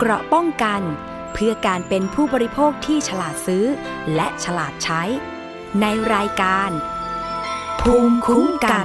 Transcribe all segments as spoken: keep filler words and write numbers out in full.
เกราะป้องกันเพื่อการเป็นผู้บริโภคที่ฉลาดซื้อและฉลาดใช้ในรายการภูมิคุ้มกัน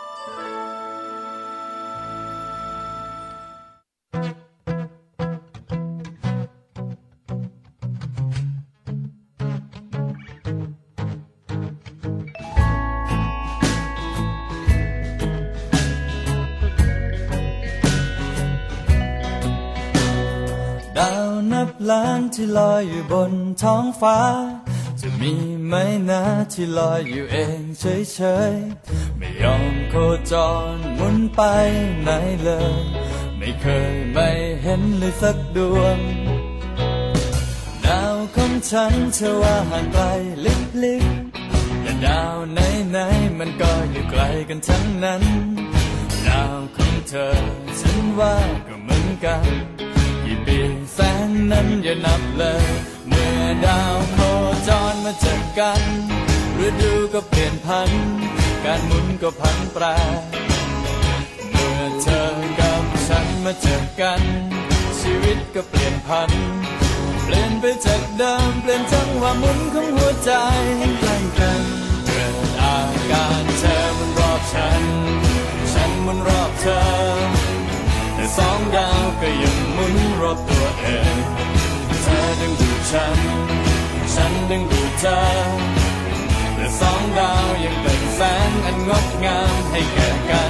ล้านที่ลอยอยู่บนท้องฟ้าจะมีไหมนะที่ลอยอยู่เองเฉยๆไม่ยอมโคจรหมุนไปไหนเลยไม่เคยไม่เห็นเลยสักดวงดาวของฉันเชื่อว่าห่างไกลลิบๆแต่ดาวไหนๆมันก็อยู่ไกลกันทั้งนั้นดาวของเธอฉันว่าก็เหมือนกันกี่ปีแสงนั้นอย่านับเลยเมื่อดาวโคจรมาเจอกันฤดูก็เปลี่ยนพันการหมุนก็พันแปรเมื่อเธอกับฉันมาเจอกันชีวิตก็เปลี่ยนพันเปลี่ยนไปจากเดิมเปลี่ยนจังหวะหมุนของหัวใจใกล้กันเกิดอาการเธอมันรอบฉันฉันมันรอบเธอแต่สองดาวก็ยังหมุนรอบตัวเองเธอดึงดูดฉันฉันดึงดูดเธอแต่สองดาวยังเป็นแสงอันงดงามให้แก่กัน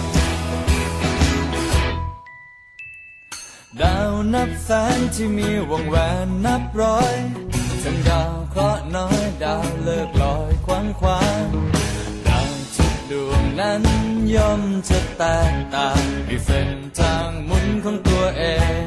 ดาวนับแสนที่มีวงแหวนนับร้อยทั้งดาวเคราะห์น้อยดาวเลิกลอยคว้างคว้างดาวทุกดวงนั้นย่อมจะแตกต่างด้วยเส้นทางหมุนของตัวเอง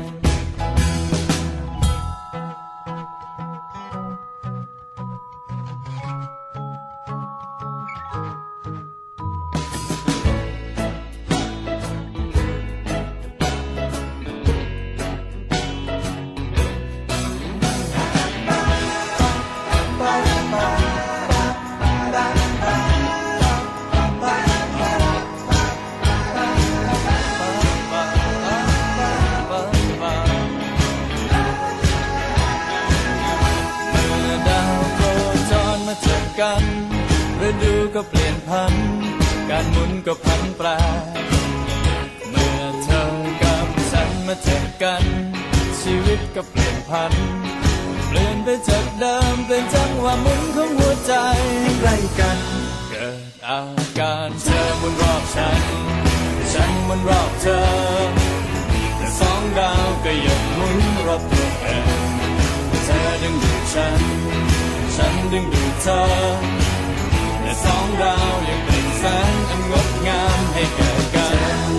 ฤดูก็เปลี่ยนพันการหมุนก็พันแปรเมื่อเธอกับฉันมาเจอกันชีวิตก็เปลี่ยนพันเปลี่ยนไปจากเดิมเป็นจังหวะหมุนของหัวใจใกล้กันเกิดอาการเธอหมุนรอบฉันฉันหมุนรอบเธอแต่สองดาวก็ยังหมุนรอบตัวเองเธอดึงดูดฉันฉันดึงดูดเธอแต่สองดาวยังเป็นแสงอันงดงามให้แก่กัน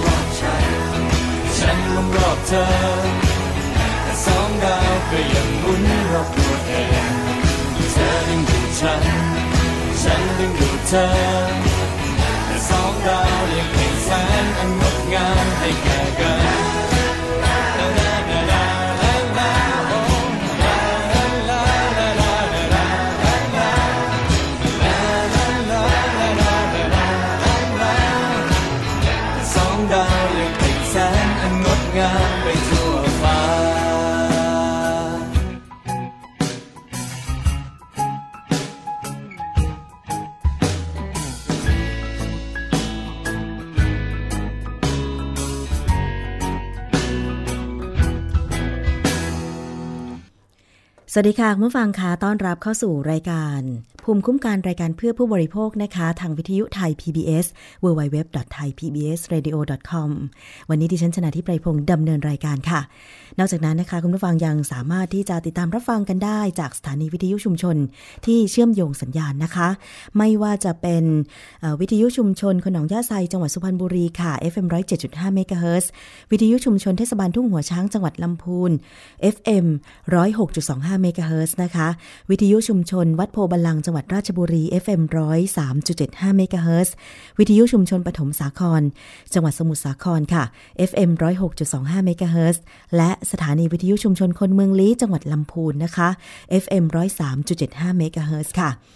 ฉันหมุนรอบเธอแต่สองดาวก็ยังหมุนรอบตัวเองเธอดึงดูดฉันฉันดึงดูดเธอแต่สองดาวยังเป็นแสงอันงดงามให้แก่กันงามไปทั่วฟ้าสวัสดีค่ะคุณผู้ฟังคะต้อนรับเข้าสู่รายการภูมิคุ้มกันรายการเพื่อผู้บริโภคนะคะทางวิทยุไทย พี บี เอส ดับเบิลยู ดับเบิลยู ดับเบิลยู ดอท ไทย พี บี เอส เรดิโอ ดอท คอม วันนี้ดิฉันชนาธิปไพพงศ์ดำเนินรายการค่ะนอกจากนั้นนะคะคุณผู้ฟังยังสามารถที่จะติดตามรับฟังกันได้จากสถานีวิทยุชุมชนที่เชื่อมโยงสัญญาณนะคะไม่ว่าจะเป็นวิทยุชุมชนขนองย่าไซจังหวัดสุพรรณบุรีค่ะ เอฟ เอ็ม หนึ่งร้อยเจ็ดจุดห้า เมกะเฮิรตซ์ วิทยุชุมชนเทศบาลทุ่งหัวช้างจังหวัดลำพูน เอฟ เอ็ม หนึ่งร้อยหกจุดสองห้า เมกะเฮิรตซ์นะคะวิทยุชุมชนวัดโพบัลลังก์จังหวัดราชบุรี เอฟ เอ็ม หนึ่งร้อยสามจุดเจ็ดห้า เมกะเฮิรตซ์ วิทยุชุมชนปฐมสาครจังหวัดสมุทรสาครค่ะ เอฟ เอ็ม หนึ่งร้อยหกจุดสองห้า เมกะเฮิรตซ์ และสถานีวิทยุชุมชนคนเมืองลี้จังหวัดลำพูนนะคะ เอฟ เอ็ม หนึ่งร้อยสามจุดเจ็ดห้า เมกะเฮิรตซ์ค่ะ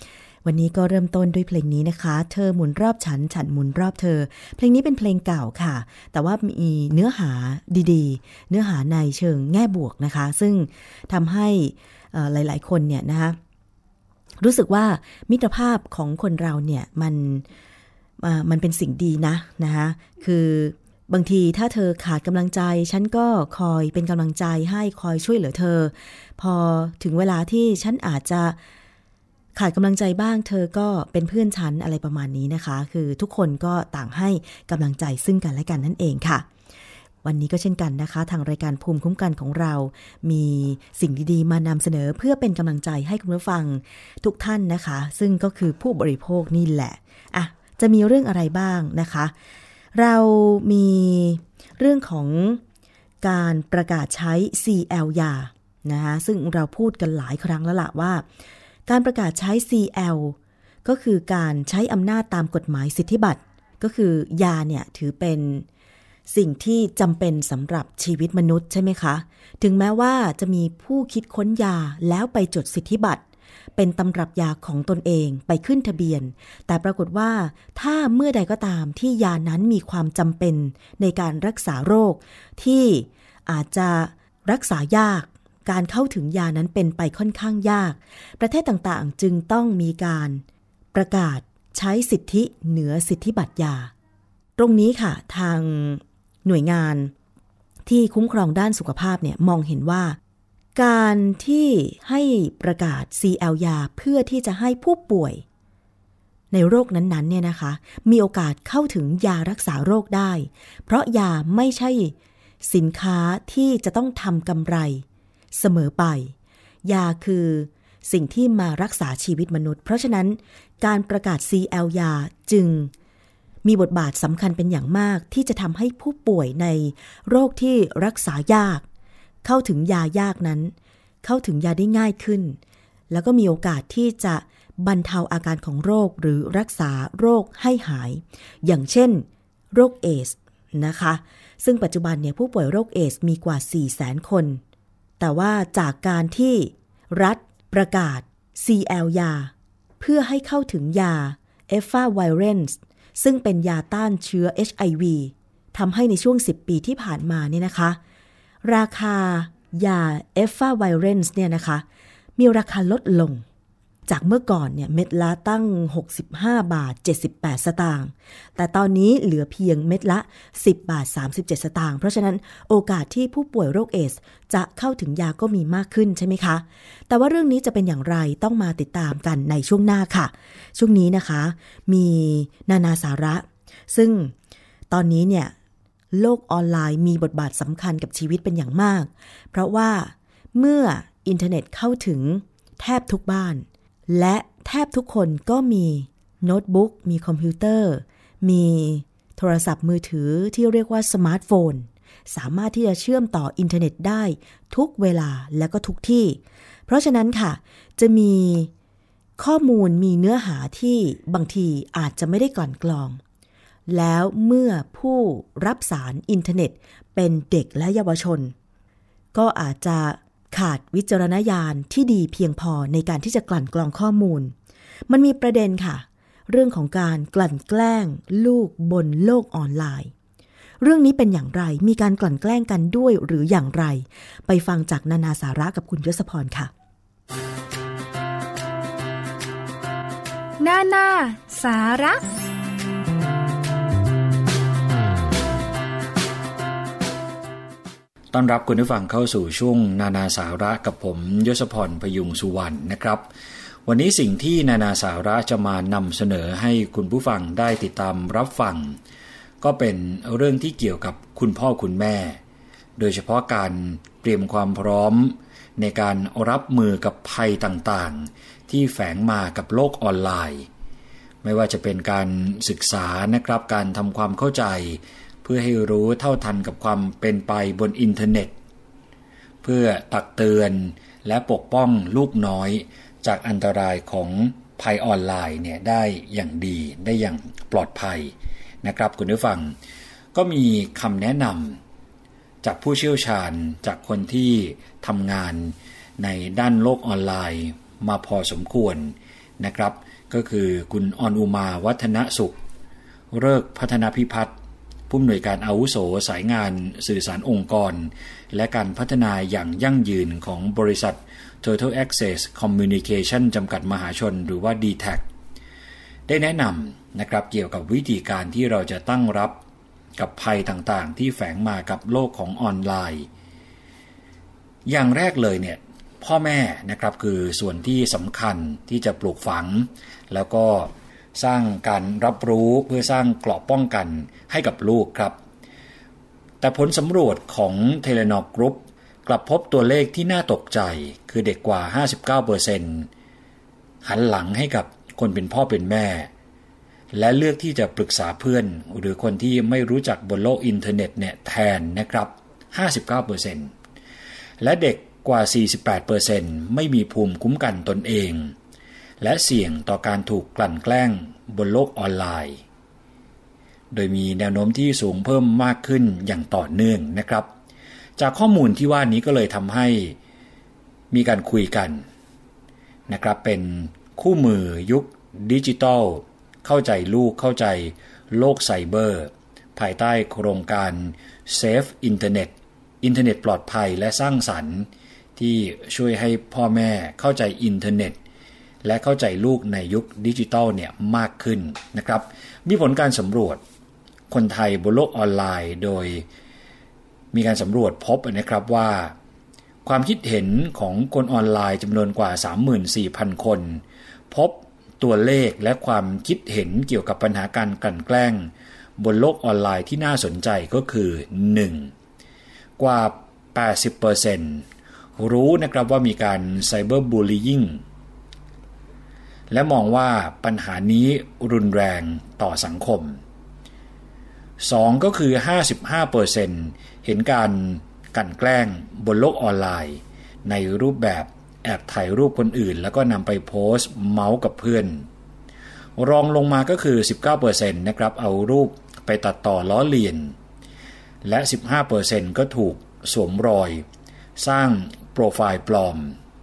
วันนี้ก็เริ่มต้นด้วยเพลงนี้นะคะเธอหมุนรอบฉันฉันหมุนรอบเธอเพลงนี้เป็นเพลงเก่าค่ะแต่ว่ามีเนื้อหาดีๆเนื้อหาในเชิงแง่บวกนะคะซึ่งทำให้หลายๆคนเนี่ยนะคะรู้สึกว่ามิตรภาพของคนเราเนี่ยมันมันเป็นสิ่งดีนะนะคะคือบางทีถ้าเธอขาดกำลังใจฉันก็คอยเป็นกำลังใจให้คอยช่วยเหลือเธอพอถึงเวลาที่ฉันอาจจะขาดกำลังใจบ้างเธอก็เป็นเพื่อนฉันอะไรประมาณนี้นะคะคือทุกคนก็ต่างให้กำลังใจซึ่งกันและกันนั่นเองค่ะวันนี้ก็เช่นกันนะคะทางรายการภูมิคุ้มกันของเรามีสิ่งดีๆมานำเสนอเพื่อเป็นกำลังใจให้คุณผู้ฟังทุกท่านนะคะซึ่งก็คือผู้บริโภคนี่แหละอ่ะจะมีเรื่องอะไรบ้างนะคะเรามีเรื่องของการประกาศใช้ ซี แอล ยานะคะซึ่งเราพูดกันหลายครั้งแล้วล่ะว่าการประกาศใช้ ซี แอล ก็คือการใช้อำนาจตามกฎหมายสิทธิบัตรก็คือยาเนี่ยถือเป็นสิ่งที่จำเป็นสำหรับชีวิตมนุษย์ใช่ไหมคะถึงแม้ว่าจะมีผู้คิดค้นยาแล้วไปจดสิทธิบัตรเป็นตำรับยาของตนเองไปขึ้นทะเบียนแต่ปรากฏว่าถ้าเมื่อใดก็ตามที่ยานั้นมีความจำเป็นในการรักษาโรคที่อาจจะรักษายากการเข้าถึงยานั้นเป็นไปค่อนข้างยากประเทศต่างๆจึงต้องมีการประกาศใช้สิทธิเหนือสิทธิบัตรยาตรงนี้ค่ะทางหน่วยงานที่คุ้มครองด้านสุขภาพเนี่ยมองเห็นว่าการที่ให้ประกาศ ซี แอล ยาเพื่อที่จะให้ผู้ป่วยในโรคนั้นๆเนี่ยนะคะมีโอกาสเข้าถึงยารักษาโรคได้เพราะยาไม่ใช่สินค้าที่จะต้องทำกำไรเสมอไปยาคือสิ่งที่มารักษาชีวิตมนุษย์เพราะฉะนั้นการประกาศ ซี แอล ยาจึงมีบทบาทสำคัญเป็นอย่างมากที่จะทำให้ผู้ป่วยในโรคที่รักษายากเข้าถึงยายากนั้นเข้าถึงยาได้ง่ายขึ้นแล้วก็มีโอกาสที่จะบรรเทาอาการของโรคหรือรักษาโรคให้หายอย่างเช่นโรคเอดส์นะคะซึ่งปัจจุบันเนี่ยผู้ป่วยโรคเอดส์มีกว่า สี่แสน คนแต่ว่าจากการที่รัฐประกาศ ซี แอล ยาเพื่อให้เข้าถึงยาเอฟาไวเรนส์ซึ่งเป็นยาต้านเชื้อ เอช ไอ วี ทำให้ในช่วงสิบปีที่ผ่านมาเนี่ยนะคะราคายาเอฟาไวเรนส์เนี่ยนะคะมีราคาลดลงจากเมื่อก่อนเนี่ยเม็ดละตั้งหกสิบห้าบาทเจ็ดสิบแปดสตางค์แต่ตอนนี้เหลือเพียงเม็ดละสิบบาทสามสิบเจ็ดสตางค์เพราะฉะนั้นโอกาสที่ผู้ป่วยโรคเอดส์จะเข้าถึงยาก็มีมากขึ้นใช่ไหมคะแต่ว่าเรื่องนี้จะเป็นอย่างไรต้องมาติดตามกันในช่วงหน้าค่ะช่วงนี้นะคะมีนานาสาระซึ่งตอนนี้เนี่ยโลกออนไลน์มีบทบาทสำคัญกับชีวิตเป็นอย่างมากเพราะว่าเมื่ออินเทอร์เน็ตเข้าถึงแทบทุกบ้านและแทบทุกคนก็มีโน้ตบุ๊กมีคอมพิวเตอร์มีโทรศัพท์มือถือที่เรียกว่าสมาร์ทโฟนสามารถที่จะเชื่อมต่ออินเทอร์เน็ตได้ทุกเวลาและก็ทุกที่เพราะฉะนั้นค่ะจะมีข้อมูลมีเนื้อหาที่บางทีอาจจะไม่ได้กลั่นกรองแล้วเมื่อผู้รับสารอินเทอร์เน็ตเป็นเด็กและเยาวชนก็อาจจะขาดวิจารณญาณที่ดีเพียงพอในการที่จะกลั่นกรองข้อมูลมันมีประเด็นค่ะเรื่องของการกลั่นแกล้งลูกบนโลกออนไลน์เรื่องนี้เป็นอย่างไรมีการกลั่นแกล้งกันด้วยหรืออย่างไรไปฟังจากนานาสาระกับคุณยศพรค่ะนานาสาระต้อนรับคุณผู้ฟังเข้าสู่ช่วงนานาสาระกับผมยศพรพยุงสุวรรณนะครับวันนี้สิ่งที่นานาสาระจะมานำเสนอให้คุณผู้ฟังได้ติดตามรับฟังก็เป็นเรื่องที่เกี่ยวกับคุณพ่อคุณแม่โดยเฉพาะการเตรียมความพร้อมในการรับมือกับภัยต่างๆที่แฝงมากับโลกออนไลน์ไม่ว่าจะเป็นการศึกษานะครับการทำความเข้าใจเพื่อให้รู้เท่าทันกับความเป็นไปบนอินเทอร์เน็ตเพื่อตักเตือนและปกป้องลูกน้อยจากอันตรายของภัยออนไลน์เนี่ยได้อย่างดีได้อย่างปลอดภัยนะครับคุณผู้ฟังก็มีคำแนะนำจากผู้เชี่ยวชาญจากคนที่ทำงานในด้านโลกออนไลน์มาพอสมควรนะครับก็คือคุณออนอุมาวัฒนสุขฤกษ์พัฒนาพิพัฒน์ผู้อำนวยการอาวุโสสายงานสื่อสารองค์กรและการพัฒนาอย่างยั่งยืนของบริษัท Total Access Communication จำกัดมหาชนหรือว่า ดี แท็ก ได้แนะนำนะครับเกี่ยวกับวิธีการที่เราจะตั้งรับกับภัยต่างๆที่แฝงมากับโลกของออนไลน์อย่างแรกเลยเนี่ยพ่อแม่นะครับคือส่วนที่สำคัญที่จะปลูกฝังแล้วก็สร้างการรับรู้เพื่อสร้างเกราะป้องกันให้กับลูกครับแต่ผลสำรวจของ Telenor Group กลับพบตัวเลขที่น่าตกใจคือเด็กกว่า ห้าสิบเก้าเปอร์เซ็นต์ หันหลังให้กับคนเป็นพ่อเป็นแม่และเลือกที่จะปรึกษาเพื่อนหรือคนที่ไม่รู้จักบนโลกอินเทอร์เน็ตเนี่ยแทนนะครับ ห้าสิบเก้าเปอร์เซ็นต์ และเด็กกว่า สี่สิบแปดเปอร์เซ็นต์ ไม่มีภูมิคุ้มกันตนเองและเสี่ยงต่อการถูกกลั่นแกล้งบนโลกออนไลน์โดยมีแนวโน้มที่สูงเพิ่มมากขึ้นอย่างต่อเนื่องนะครับจากข้อมูลที่ว่านี้ก็เลยทำให้มีการคุยกันนะครับเป็นคู่มือยุคดิจิทัลเข้าใจลูกเข้าใจโลกไซเบอร์ภายใต้โครงการ Safe Internet อินเทอร์เน็ตปลอดภัยและสร้างสรรค์ที่ช่วยให้พ่อแม่เข้าใจอินเทอร์เน็ตและเข้าใจลูกในยุคดิจิทัลเนี่ยมากขึ้นนะครับมีผลการสำรวจคนไทยบนโลกออนไลน์โดยมีการสำรวจพบนะครับว่าความคิดเห็นของคนออนไลน์จำนวนกว่า สามหมื่นสี่พัน คนพบตัวเลขและความคิดเห็นเกี่ยวกับปัญหาการกลั่นแกล้งบนโลกออนไลน์ที่น่าสนใจก็คือ หนึ่ง กว่า แปดสิบเปอร์เซ็นต์ รู้นะครับว่ามีการไซเบอร์บูลลีอิงและมองว่าปัญหานี้รุนแรงต่อสังคม สอง ก็คือ ห้าสิบห้าเปอร์เซ็นต์ เห็นการกลั่นแกล้งบนโลกออนไลน์ในรูปแบบแอบถ่ายรูปคนอื่นแล้วก็นำไปโพสต์เมาส์กับเพื่อนรองลงมาก็คือ สิบเก้าเปอร์เซ็นต์ นะครับเอารูปไปตัดต่อล้อเลียนและ สิบห้าเปอร์เซ็นต์ ก็ถูกสวมรอยสร้างโปรไฟล์ปลอม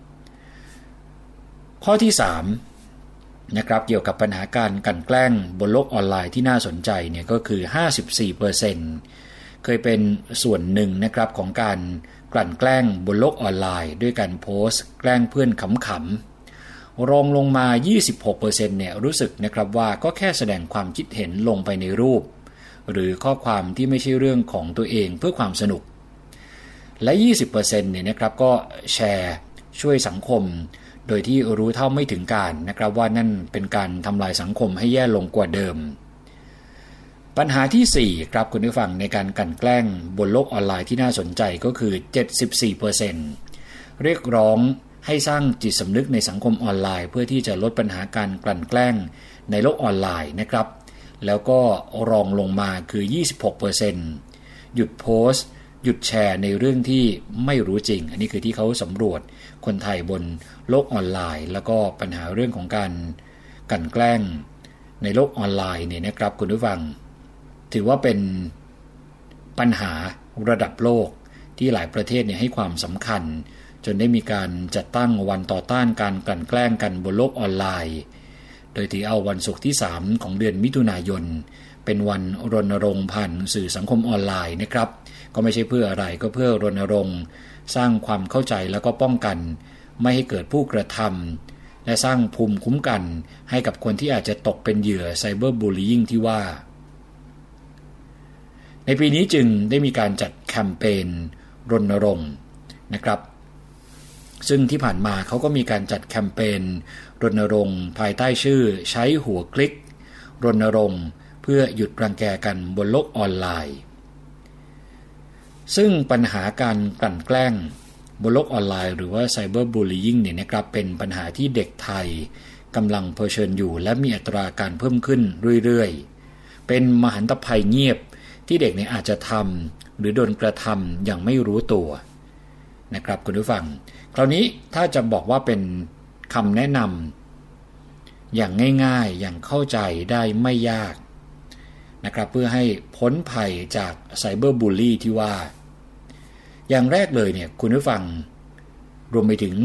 ข้อที่สามนะครับเกี่ยวกับปัญหาการกลั่นแกล้งบนโลกออนไลน์ที่น่าสนใจเนี่ยก็คือ ห้าสิบสี่เปอร์เซ็นต์ เคยเป็นส่วนหนึ่งนะครับของการกลั่นแกล้งบนโลกออนไลน์ด้วยการโพสต์แกล้งเพื่อนขำๆรองลงมา ยี่สิบหกเปอร์เซ็นต์ เนี่ยรู้สึกนะครับว่าก็แค่แสดงความคิดเห็นลงไปในรูปหรือข้อความที่ไม่ใช่เรื่องของตัวเองเพื่อความสนุกและ ยี่สิบเปอร์เซ็นต์ เนี่ยนะครับก็แชร์ช่วยสังคมโดยที่รู้เท่าไม่ถึงการนะครับว่านั่นเป็นการทำลายสังคมให้แย่ลงกว่าเดิมปัญหาที่สี่ครับคุณผู้ฟังในการกลั่นแกล้งบนโลกออนไลน์ที่น่าสนใจก็คือ เจ็ดสิบสี่เปอร์เซ็นต์ เรียกร้องให้สร้างจิตสำนึกในสังคมออนไลน์เพื่อที่จะลดปัญหาการกลั่นแกล้งในโลกออนไลน์นะครับแล้วก็รองลงมาคือ ยี่สิบหกเปอร์เซ็นต์ หยุดโพสต์หยุดแชร์ในเรื่องที่ไม่รู้จริงอันนี้คือที่เขาสำรวจคนไทยบนโลกออนไลน์แล้วก็ปัญหาเรื่องของการกลั่นแกล้งในโลกออนไลน์เนี่ยนะครับคุณผู้ฟังถือว่าเป็นปัญหาระดับโลกที่หลายประเทศเนี่ยให้ความสำคัญจนได้มีการจัดตั้งวันต่อต้านการกลั่นแกล้งกันบนโลกออนไลน์โดยที่เอาวันศุกร์ที่สามของเดือนมิถุนายนเป็นวันรณรงค์ผ่านสื่อสังคมออนไลน์นะครับก็ไม่ใช่เพื่ออะไรก็เพื่อรณรงค์สร้างความเข้าใจแล้วก็ป้องกันไม่ให้เกิดผู้กระทำและสร้างภูมิคุ้มกันให้กับคนที่อาจจะตกเป็นเหยื่อไซเบอร์บูลลีอิงที่ว่าในปีนี้จึงได้มีการจัดแคมเปญรณรงค์นะครับซึ่งที่ผ่านมาเขาก็มีการจัดแคมเปญรณรงค์ภายใต้ชื่อใช้หัวคลิกรณรงค์เพื่อหยุดรังแกกันบนโลกออนไลน์ซึ่งปัญหาการกลั่นแกล้งบนโลกออนไลน์หรือว่าไซเบอร์บูลลีอิงเนี่ยนะครับเป็นปัญหาที่เด็กไทยกำลังเผชิญอยู่และมีอัตราการเพิ่มขึ้นเรื่อยๆเป็นมหันตภัยเงียบที่เด็กเนี่ยอาจจะทำหรือโดนกระทำอย่างไม่รู้ตัวนะครับคุณผู้ฟังคราวนี้ถ้าจะบอกว่าเป็นคำแนะนำอย่างง่ายๆอย่างเข้าใจได้ไม่ยากนะครับเพื่อให้พ้นภัยจากไซเบอร์บูลลี่ที่ว่าอย่างแรกเลยเนี่ยคุณผู้ฟังรวมไปถึง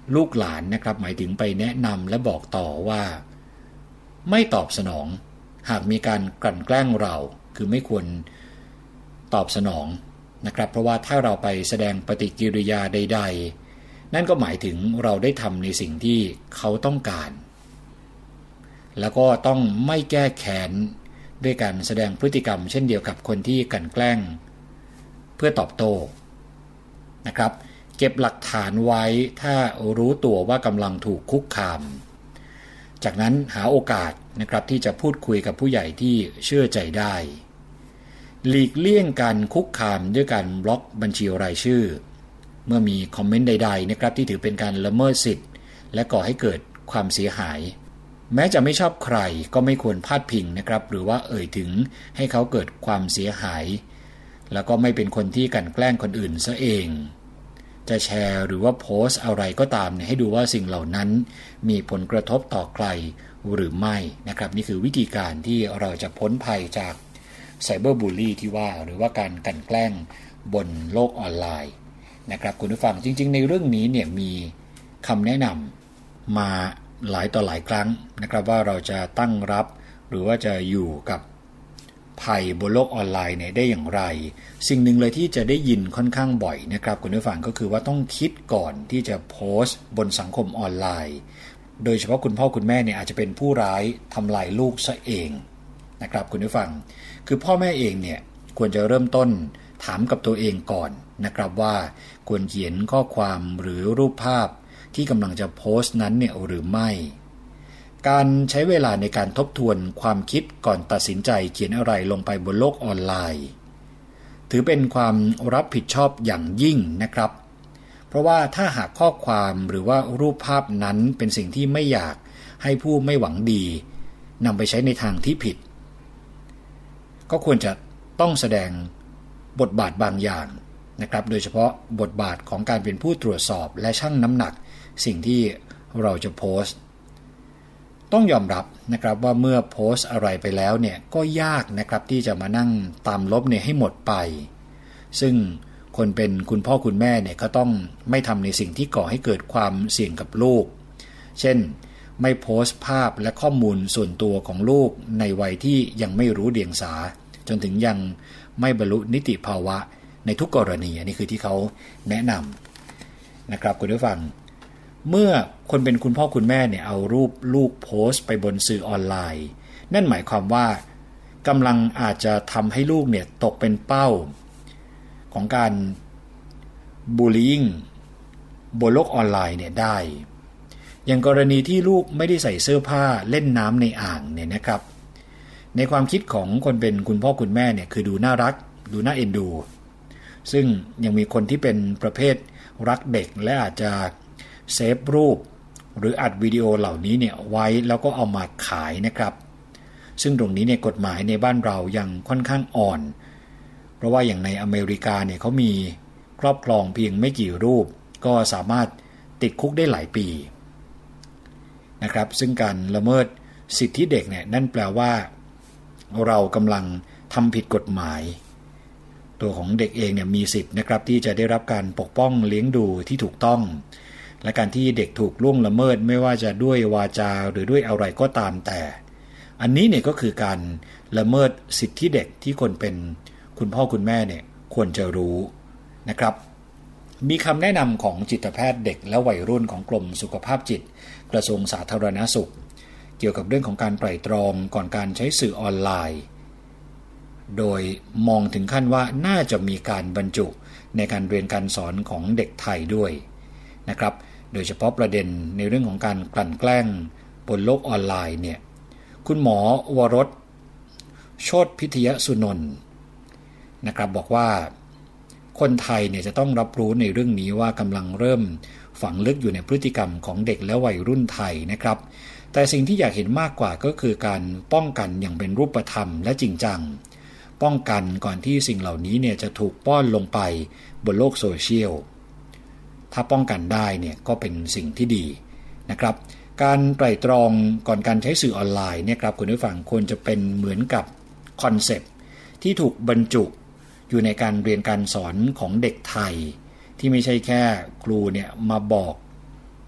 ลูกหลานนะครับหมายถึงไปแนะนำและบอกต่อว่าไม่ตอบสนองหากมีการกลั่นแกล้งเราคือไม่ควรตอบสนองนะครับเพราะว่าถ้าเราไปแสดงปฏิกิริยาใดๆนั่นก็หมายถึงเราได้ทำในสิ่งที่เขาต้องการแล้วก็ต้องไม่แก้แค้นด้วยการแสดงพฤติกรรมเช่นเดียวกับคนที่กลั่นแกล้งเพื่อตอบโต้นะครับเก็บหลักฐานไว้ถ้ารู้ตัวว่ากำลังถูกคุกคามจากนั้นหาโอกาสนะครับที่จะพูดคุยกับผู้ใหญ่ที่เชื่อใจได้หลีกเลี่ยงการคุกคามด้วยการบล็อกบัญชีรายชื่อเมื่อมีคอมเมนต์ใดๆนะครับที่ถือเป็นการละเมิดสิทธิ์และก่อให้เกิดความเสียหายแม้จะไม่ชอบใครก็ไม่ควรพาดพิงนะครับหรือว่าเอ่ยถึงให้เขาเกิดความเสียหายแล้วก็ไม่เป็นคนที่กลั่นแกล้งคนอื่นซะเองจะแชร์หรือว่าโพสต์อะไรก็ตามเนี่ยให้ดูว่าสิ่งเหล่านั้นมีผลกระทบต่อใครหรือไม่นะครับนี่คือวิธีการที่เราจะพ้นภัยจากไซเบอร์บูลลี่ที่ว่าหรือว่าการกลั่นแกล้งบนโลกออนไลน์นะครับคุณผู้ฟังจริงๆในเรื่องนี้เนี่ยมีคำแนะนำมาหลายต่อหลายครั้งนะครับว่าเราจะตั้งรับหรือว่าจะอยู่กับภัยบนโลกออนไลน์เนี่ยได้อย่างไรสิ่งหนึ่งเลยที่จะได้ยินค่อนข้างบ่อยนะครับคุณผู้ฟังก็คือว่าต้องคิดก่อนที่จะโพสต์บนสังคมออนไลน์โดยเฉพาะคุณพ่อคุณแม่เนี่ยอาจจะเป็นผู้ร้ายทำลายลูกซะเองนะครับคุณผู้ฟังคือพ่อแม่เองเนี่ยควรจะเริ่มต้นถามกับตัวเองก่อนนะครับว่าควรเขียนข้อความหรือรูปภาพที่กำลังจะโพสต์นั้นเนี่ยหรือไม่การใช้เวลาในการทบทวนความคิดก่อนตัดสินใจเขียนอะไรลงไปบนโลกออนไลน์ถือเป็นความรับผิดชอบอย่างยิ่งนะครับเพราะว่าถ้าหากข้อความหรือว่ารูปภาพนั้นเป็นสิ่งที่ไม่อยากให้ผู้ไม่หวังดีนำไปใช้ในทางที่ผิดก็ควรจะต้องแสดงบทบาทบางอย่างนะครับโดยเฉพาะบทบาทของการเป็นผู้ตรวจสอบและชั่งน้ำหนักสิ่งที่เราจะโพสต์ต้องยอมรับนะครับว่าเมื่อโพสต์อะไรไปแล้วเนี่ยก็ยากนะครับที่จะมานั่งตามลบเนี่ยให้หมดไปซึ่งคนเป็นคุณพ่อคุณแม่เนี่ยก็ต้องไม่ทำในสิ่งที่ก่อให้เกิดความเสี่ยงกับลูกเช่นไม่โพสต์ภาพและข้อมูลส่วนตัวของลูกในวัยที่ยังไม่รู้เดียงสาจนถึงยังไม่บรรลุนิติภาวะในทุกกรณีอันนี้คือที่เขาแนะนำนะครับคุณผู้ฟังเมื่อคนเป็นคุณพ่อคุณแม่เนี่ยเอารูปลูกโพสต์ไปบนสื่อออนไลน์นั่นหมายความว่ากำลังอาจจะทำให้ลูกเนี่ยตกเป็นเป้าของการบูลลี่บนโลกออนไลน์เนี่ยได้อย่างกรณีที่ลูกไม่ได้ใส่เสื้อผ้าเล่นน้ำในอ่างเนี่ยนะครับในความคิดของคนเป็นคุณพ่อคุณแม่เนี่ยคือดูน่ารักดูน่าเอ็นดูซึ่งยังมีคนที่เป็นประเภทรักเด็กและอาจจะเซฟรูปหรืออัดวิดีโอเหล่านี้เนี่ยไว้แล้วก็เอามาขายนะครับซึ่งตรงนี้เนี่ยกฎหมายในบ้านเรายังค่อนข้างอ่อนเพราะว่าอย่างในอเมริกาเนี่ยเขามีครอบครองเพียงไม่กี่รูปก็สามารถติดคุกได้หลายปีนะครับซึ่งการละเมิดสิทธิเด็กเนี่ยนั่นแปลว่าเรากำลังทำผิดกฎหมายตัวของเด็กเองเนี่ยมีสิทธิ์นะครับที่จะได้รับการปกป้องเลี้ยงดูที่ถูกต้องและการที่เด็กถูกล่วงละเมิดไม่ว่าจะด้วยวาจาหรือด้วยอะไรก็ตามแต่อันนี้เนี่ยก็คือการละเมิดสิทธิเด็กที่คนเป็นคุณพ่อคุณแม่เนี่ยควรจะรู้นะครับมีคำแนะนำของจิตแพทย์เด็กและวัยรุ่นของกรมสุขภาพจิตกระทรวงสาธารณสุขเกี่ยวกับเรื่องของการไตร่ตรองก่อนการใช้สื่อออนไลน์โดยมองถึงขั้นว่าน่าจะมีการบรรจุในการเรียนการสอนของเด็กไทยด้วยนะครับโดยเฉพาะประเด็นในเรื่องของการกลั่นแกล้งบนโลกออนไลน์เนี่ยคุณหมอวรสโชติพิทยสุนนท์นะครับบอกว่าคนไทยเนี่ยจะต้องรับรู้ในเรื่องนี้ว่ากำลังเริ่มฝังลึกอยู่ในพฤติกรรมของเด็กและวัยรุ่นไทยนะครับแต่สิ่งที่อยากเห็นมากกว่าก็คือการป้องกันอย่างเป็นรูปธรรมและจริงจังป้องกันก่อนที่สิ่งเหล่านี้เนี่ยจะถูกป้อนลงไปบนโลกโซเชียลถ้าป้องกันได้เนี่ยก็เป็นสิ่งที่ดีนะครับการไตร่ตรองก่อนการใช้สื่อออนไลน์เนี่ยครับคุณผู้ฟังควรจะเป็นเหมือนกับคอนเซปต์ที่ถูกบรรจุอยู่ในการเรียนการสอนของเด็กไทยที่ไม่ใช่แค่ครูเนี่ยมาบอก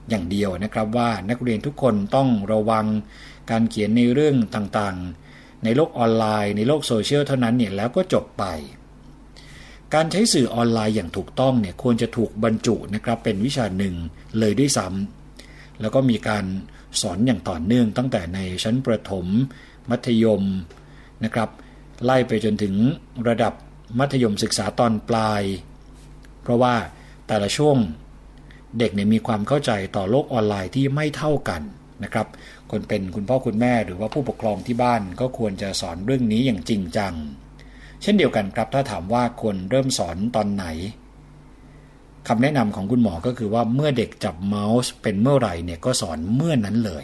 อย่างเดียวนะครับว่านักเรียนทุกคนต้องระวังการเขียนในเรื่องต่างๆในโลกออนไลน์ในโลกโซเชียลเท่านั้นเนี่ยแล้วก็จบไปการใช้สื่อออนไลน์อย่างถูกต้องเนี่ยควรจะถูกบรรจุนะครับเป็นวิชาหนึ่งเลยด้วยซ้ำแล้วก็มีการสอนอย่างต่อเนื่องตั้งแต่ในชั้นประถมมัธยมนะครับไล่ไปจนถึงระดับมัธยมศึกษาตอนปลายเพราะว่าแต่ละช่วงเด็กเนี่ยมีความเข้าใจต่อโลกออนไลน์ที่ไม่เท่ากันนะครับคนเป็นคุณพ่อคุณแม่หรือว่าผู้ปกครองที่บ้านก็ควรจะสอนเรื่องนี้อย่างจริงจังเช่นเดียวกันครับถ้าถามว่าควรเริ่มสอนตอนไหนคำแนะนำของคุณหมอก็คือว่าเมื่อเด็กจับเมาส์เป็นเมื่อไหร่เนี่ยก็สอนเมื่อนั้นเลย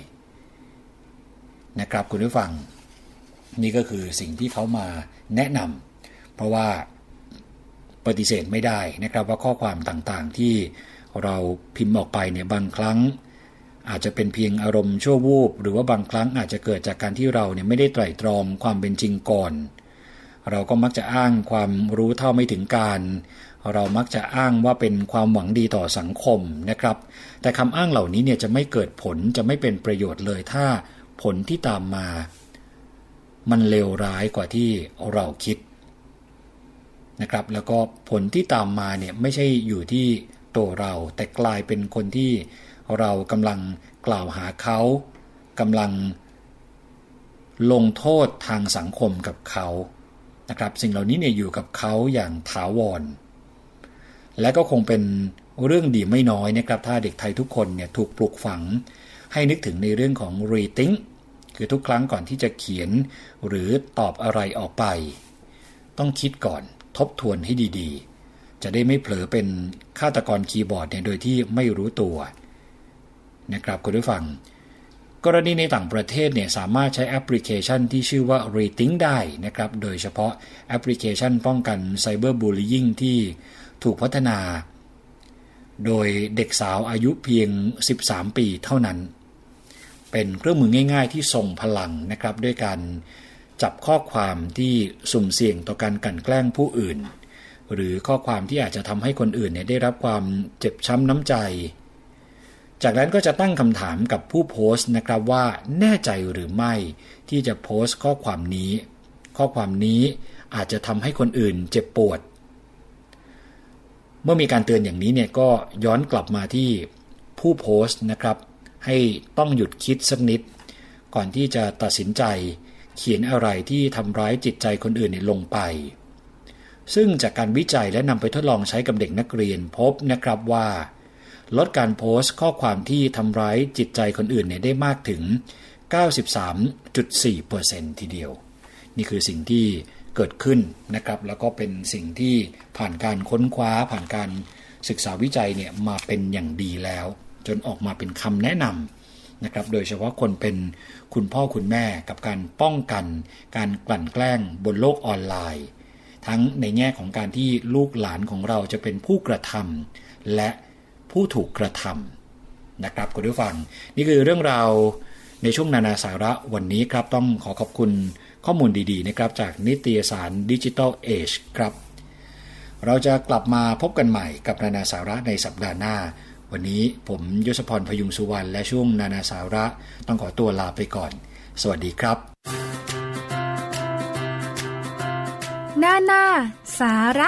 นะครับคุณผู้ฟังนี่ก็คือสิ่งที่เขามาแนะนำเพราะว่าปฏิเสธไม่ได้นะครับว่าข้อความต่างๆที่เราพิมพ์ออกไปเนี่ยบางครั้งอาจจะเป็นเพียงอารมณ์ชั่ววูบหรือว่าบางครั้งอาจจะเกิดจากการที่เราเนี่ยไม่ได้ไตร่ตรองความเป็นจริงก่อนเราก็มักจะอ้างความรู้เท่าไม่ถึงการเรามักจะอ้างว่าเป็นความหวังดีต่อสังคมนะครับแต่คำอ้างเหล่านี้เนี่ยจะไม่เกิดผลจะไม่เป็นประโยชน์เลยถ้าผลที่ตามมามันเลวร้ายกว่าที่เราคิดนะครับแล้วก็ผลที่ตามมาเนี่ยไม่ใช่อยู่ที่ตัวเราแต่กลายเป็นคนที่เรากำลังกล่าวหาเขากำลังลงโทษทางสังคมกับเขานะครับสิ่งเหล่านี้เนี่ยอยู่กับเขาอย่างถาวรและก็คงเป็นเรื่องดีไม่น้อยนะครับถ้าเด็กไทยทุกคนเนี่ยถูกปลูกฝังให้นึกถึงในเรื่องของ reading คือทุกครั้งก่อนที่จะเขียนหรือตอบอะไรออกไปต้องคิดก่อนทบทวนให้ดีๆจะได้ไม่เผลอเป็นฆาตกรคีย์บอร์ดเนี่ยโดยที่ไม่รู้ตัวนะครับคุณผู้ฟังกรณีในต่างประเทศเนี่ยสามารถใช้แอปพลิเคชันที่ชื่อว่า Reading ได้นะครับโดยเฉพาะแอปพลิเคชันป้องกันไซเบอร์บูลลี่ที่ถูกพัฒนาโดยเด็กสาวอายุเพียงสิบสามปีเท่านั้นเป็นเครื่องมือง่ายๆที่ทรงพลังนะครับด้วยการจับข้อความที่สุ่มเสี่ยงต่อการกลั่นแกล้งผู้อื่นหรือข้อความที่อาจจะทำให้คนอื่นเนี่ยได้รับความเจ็บช้ำน้ำใจจากนั้นก็จะตั้งคำถามกับผู้โพสต์นะครับว่าแน่ใจหรือไม่ที่จะโพสต์ข้อความนี้ข้อความนี้อาจจะทำให้คนอื่นเจ็บปวดเมื่อมีการเตือนอย่างนี้เนี่ยก็ย้อนกลับมาที่ผู้โพสต์นะครับให้ต้องหยุดคิดสักนิดก่อนที่จะตัดสินใจเขียนอะไรที่ทำร้ายจิตใจคนอื่นเนี่ยลงไปซึ่งจากการวิจัยและนำไปทดลองใช้กับเด็กนักเรียนพบนะครับว่าลดการโพสต์ข้อความที่ทำร้ายจิตใจคนอื่นเนี่ยได้มากถึง เก้าสิบสามจุดสี่เปอร์เซ็นต์ ทีเดียวนี่คือสิ่งที่เกิดขึ้นนะครับแล้วก็เป็นสิ่งที่ผ่านการค้นคว้าผ่านการศึกษาวิจัยเนี่ยมาเป็นอย่างดีแล้วจนออกมาเป็นคำแนะนำนะครับโดยเฉพาะคนเป็นคุณพ่อคุณแม่กับการป้องกันการกลั่นแกล้งบนโลกออนไลน์ทั้งในแง่ของการที่ลูกหลานของเราจะเป็นผู้กระทำและผู้ถูกกระทำนะครับคุณผู้ฟังนี่คือเรื่องราวในช่วงนานาสาระวันนี้ครับต้องขอขอบคุณข้อมูลดีๆนะครับจากนิตยสาร Digital Age ครับเราจะกลับมาพบกันใหม่กับนานาสาระในสัปดาห์หน้าวันนี้ผมยศพรพยุงสุวรรณและช่วงนานาสาระต้องขอตัวลาไปก่อนสวัสดีครับนานาสาระ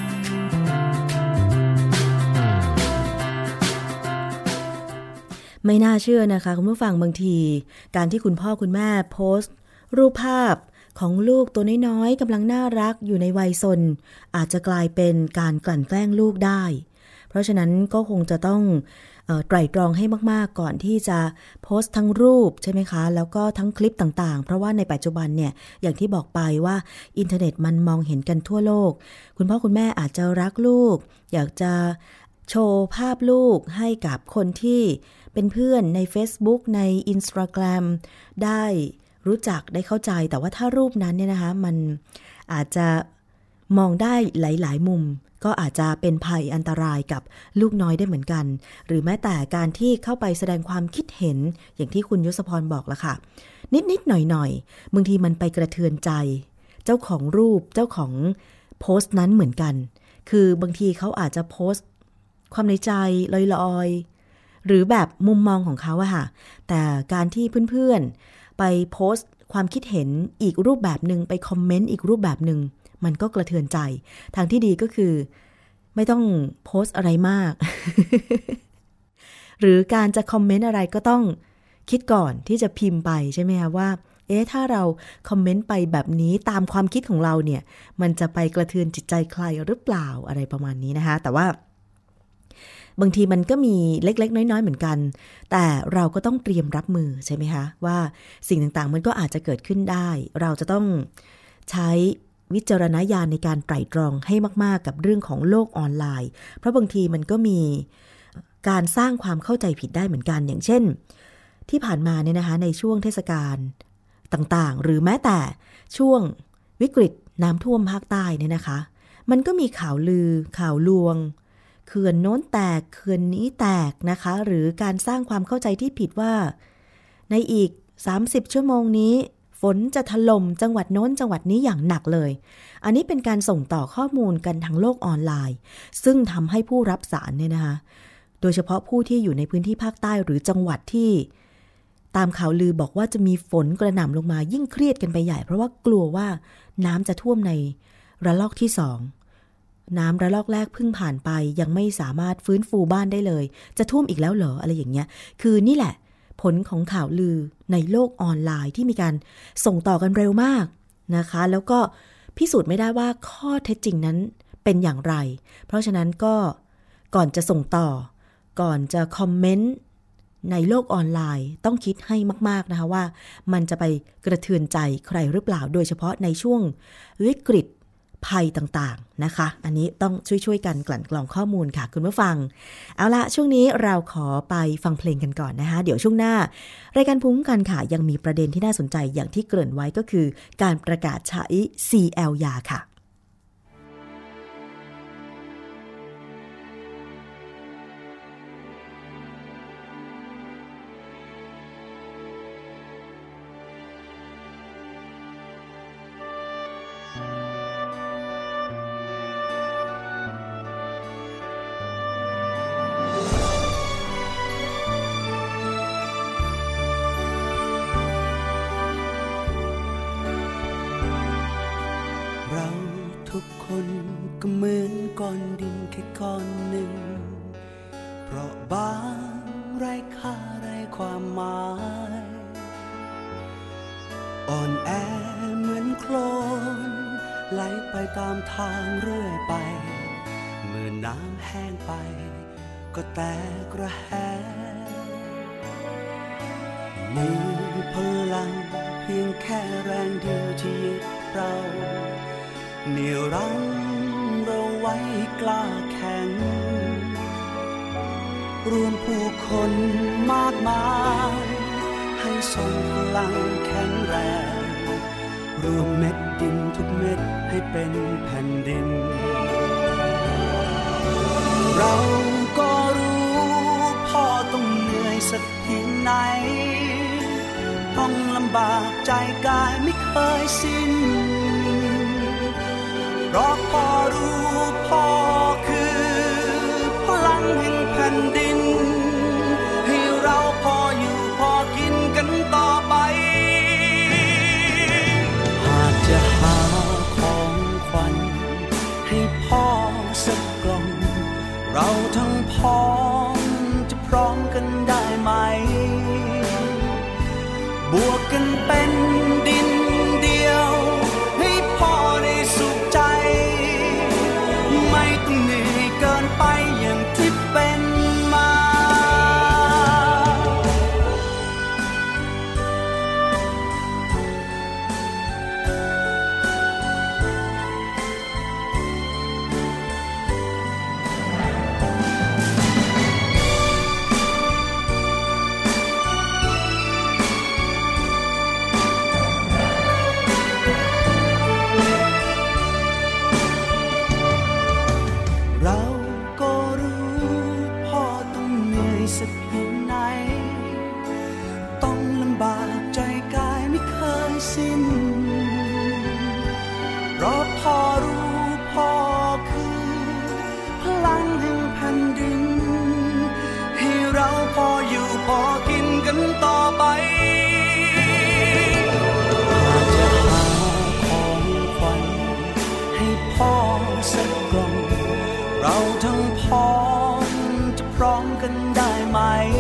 ไม่น่าเชื่อนะคะคุณผู้ฟังบางทีการที่คุณพ่อคุณแม่โพสต์รูปภาพของลูกตัวน้อยๆกำลังน่ารักอยู่ในวัยซนอาจจะกลายเป็นการกลั่นแกล้งลูกได้เพราะฉะนั้นก็คงจะต้องเอ่อไตร่ตรองให้มากๆก่อนที่จะโพสต์ทั้งรูปใช่ไหมคะแล้วก็ทั้งคลิปต่างๆเพราะว่าในปัจจุบันเนี่ยอย่างที่บอกไปว่าอินเทอร์เน็ตมันมองเห็นกันทั่วโลกคุณพ่อคุณแม่อาจจะรักลูกอยากจะโชว์ภาพลูกให้กับคนที่เป็นเพื่อนใน Facebook ใน Instagram ได้รู้จักได้เข้าใจแต่ว่าถ้ารูปนั้นเนี่ยนะคะมันอาจจะมองได้หลายๆมุมก็อาจจะเป็นภัยอันตรายกับลูกน้อยได้เหมือนกันหรือแม้แต่การที่เข้าไปแสดงความคิดเห็นอย่างที่คุณยศพรบอกละค่ะนิดๆหน่อยๆบางทีมันไปกระเทือนใจเจ้าของรูปเจ้าของโพสต์นั้นเหมือนกันคือบางทีเขาอาจจะโพสต์ความในใจลอยๆหรือแบบมุมมองของเขาอะค่ะแต่การที่เพื่อนๆไปโพสต์ความคิดเห็นอีกรูปแบบนึงไปคอมเมนต์อีกรูปแบบนึงมันก็กระเทือนใจทางที่ดีก็คือไม่ต้องโพสต์อะไรมาก หรือการจะคอมเมนต์อะไรก็ต้องคิดก่อนที่จะพิมพ์ไปใช่ไหมคะว่าเอ๊ะถ้าเราคอมเมนต์ไปแบบนี้ตามความคิดของเราเนี่ยมันจะไปกระเทือนจิตใจใครหรือเปล่าอะไรประมาณนี้นะคะแต่ว่าบางทีมันก็มีเล็กๆน้อยๆเหมือนกันแต่เราก็ต้องเตรียมรับมือใช่ไหมคะว่าสิ่งต่างๆมันก็อาจจะเกิดขึ้นได้เราจะต้องใช้วิจารณญาณในการไตร่ตรองให้มากๆกับเรื่องของโลกออนไลน์เพราะบางทีมันก็มีการสร้างความเข้าใจผิดได้เหมือนกันอย่างเช่นที่ผ่านมาเนี่ยนะคะในช่วงเทศกาลต่างๆหรือแม้แต่ช่วงวิกฤตน้ำท่วมภาคใต้เนี่ยนะคะมันก็มีข่าวลือข่าวลวงเขื่อนโน้นแตกเขื่อนนี้แตกนะคะหรือการสร้างความเข้าใจที่ผิดว่าในอีกสามสิบชั่วโมงนี้ฝนจะถล่มจังหวัดโน้นจังหวัดนี้อย่างหนักเลยอันนี้เป็นการส่งต่อข้อมูลกันทางโลกออนไลน์ซึ่งทำให้ผู้รับสารเนี่ยนะคะโดยเฉพาะผู้ที่อยู่ในพื้นที่ภาคใต้หรือจังหวัดที่ตามข่าวลือบอกว่าจะมีฝนกระหน่ำลงมายิ่งเครียดกันไปใหญ่เพราะว่ากลัวว่าน้ำจะท่วมในระลอกที่สองน้ำระลอกแรกเพิ่งผ่านไปยังไม่สามารถฟื้นฟูบ้านได้เลยจะท่วมอีกแล้วเหรออะไรอย่างเงี้ยคือนี่แหละผลของข่าวลือในโลกออนไลน์ที่มีการส่งต่อกันเร็วมากนะคะแล้วก็พิสูจน์ไม่ได้ว่าข้อเท็จจริงนั้นเป็นอย่างไรเพราะฉะนั้นก็ก่อนจะส่งต่อก่อนจะคอมเมนต์ในโลกออนไลน์ต้องคิดให้มากๆนะคะว่ามันจะไปกระเทือนใจใครหรือเปล่าโดยเฉพาะในช่วงวิกฤตภัยต่างๆนะคะอันนี้ต้องช่วยๆกันกลั่นกรองข้อมูลค่ะคุณผู้ฟังเอาละช่วงนี้เราขอไปฟังเพลงกันก่อนนะคะเดี๋ยวช่วงหน้ารายการภูมิคุ้มกันค่ะยังมีประเด็นที่น่าสนใจอย่างที่เกริ่นไว้ก็คือการประกาศใช้ ซี แอล ยาค่ะก็เหมือนก้อนดินแค่ก้อนหนึ่งเพราะบางไร้ค่าไร้ความหมายอ่อนแอเหมือนโคลนไหลไปตามทางเรื่อยไปเมื่อน้ำแห้งไปก็แตกระแหงมีพลังเพียงแค่แรงเดียวที่ยึดเราเหนี่ยวรั้งเราไว้กล้าแข็งรวมผู้คนมากมายให้ส่งพลังแข็งแรงรวมเม็ดดินทุกเม็ดให้เป็นแผ่นดินเราก็รู้พ่อต้องเหนื่อยสักเพียงไหนต้องลำบากใจกายไม่เคยสิ้นเพราะพ่อรู้พ่อคือพลังแห่งแผ่นดินให้เราพออยู่พอกินกันต่อไปหากจะหาของขวัญให้พ่อสักกล่องเราทั้งพ้องจะพร้อมกันได้ไหมบวกกันเป็นดินเดียวให้พ่อได้สุขใจไม่ต้องเหนื่อยเกินไปอย่างที่เป็นมาไหม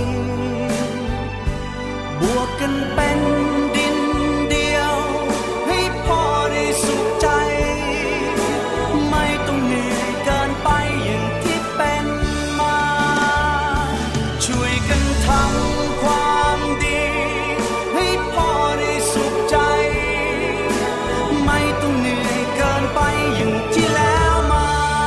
บวกกันเป็นดินเดียวให้พ่อได้สุขใจไม่ต้องเหนื่อยเกินไปอย่างที่เป็นมาช่วยกันทำความดีให้พ่อได้สุขใจไม่ต้องเหนื่อยเกินไปอย่างที่แล้วมา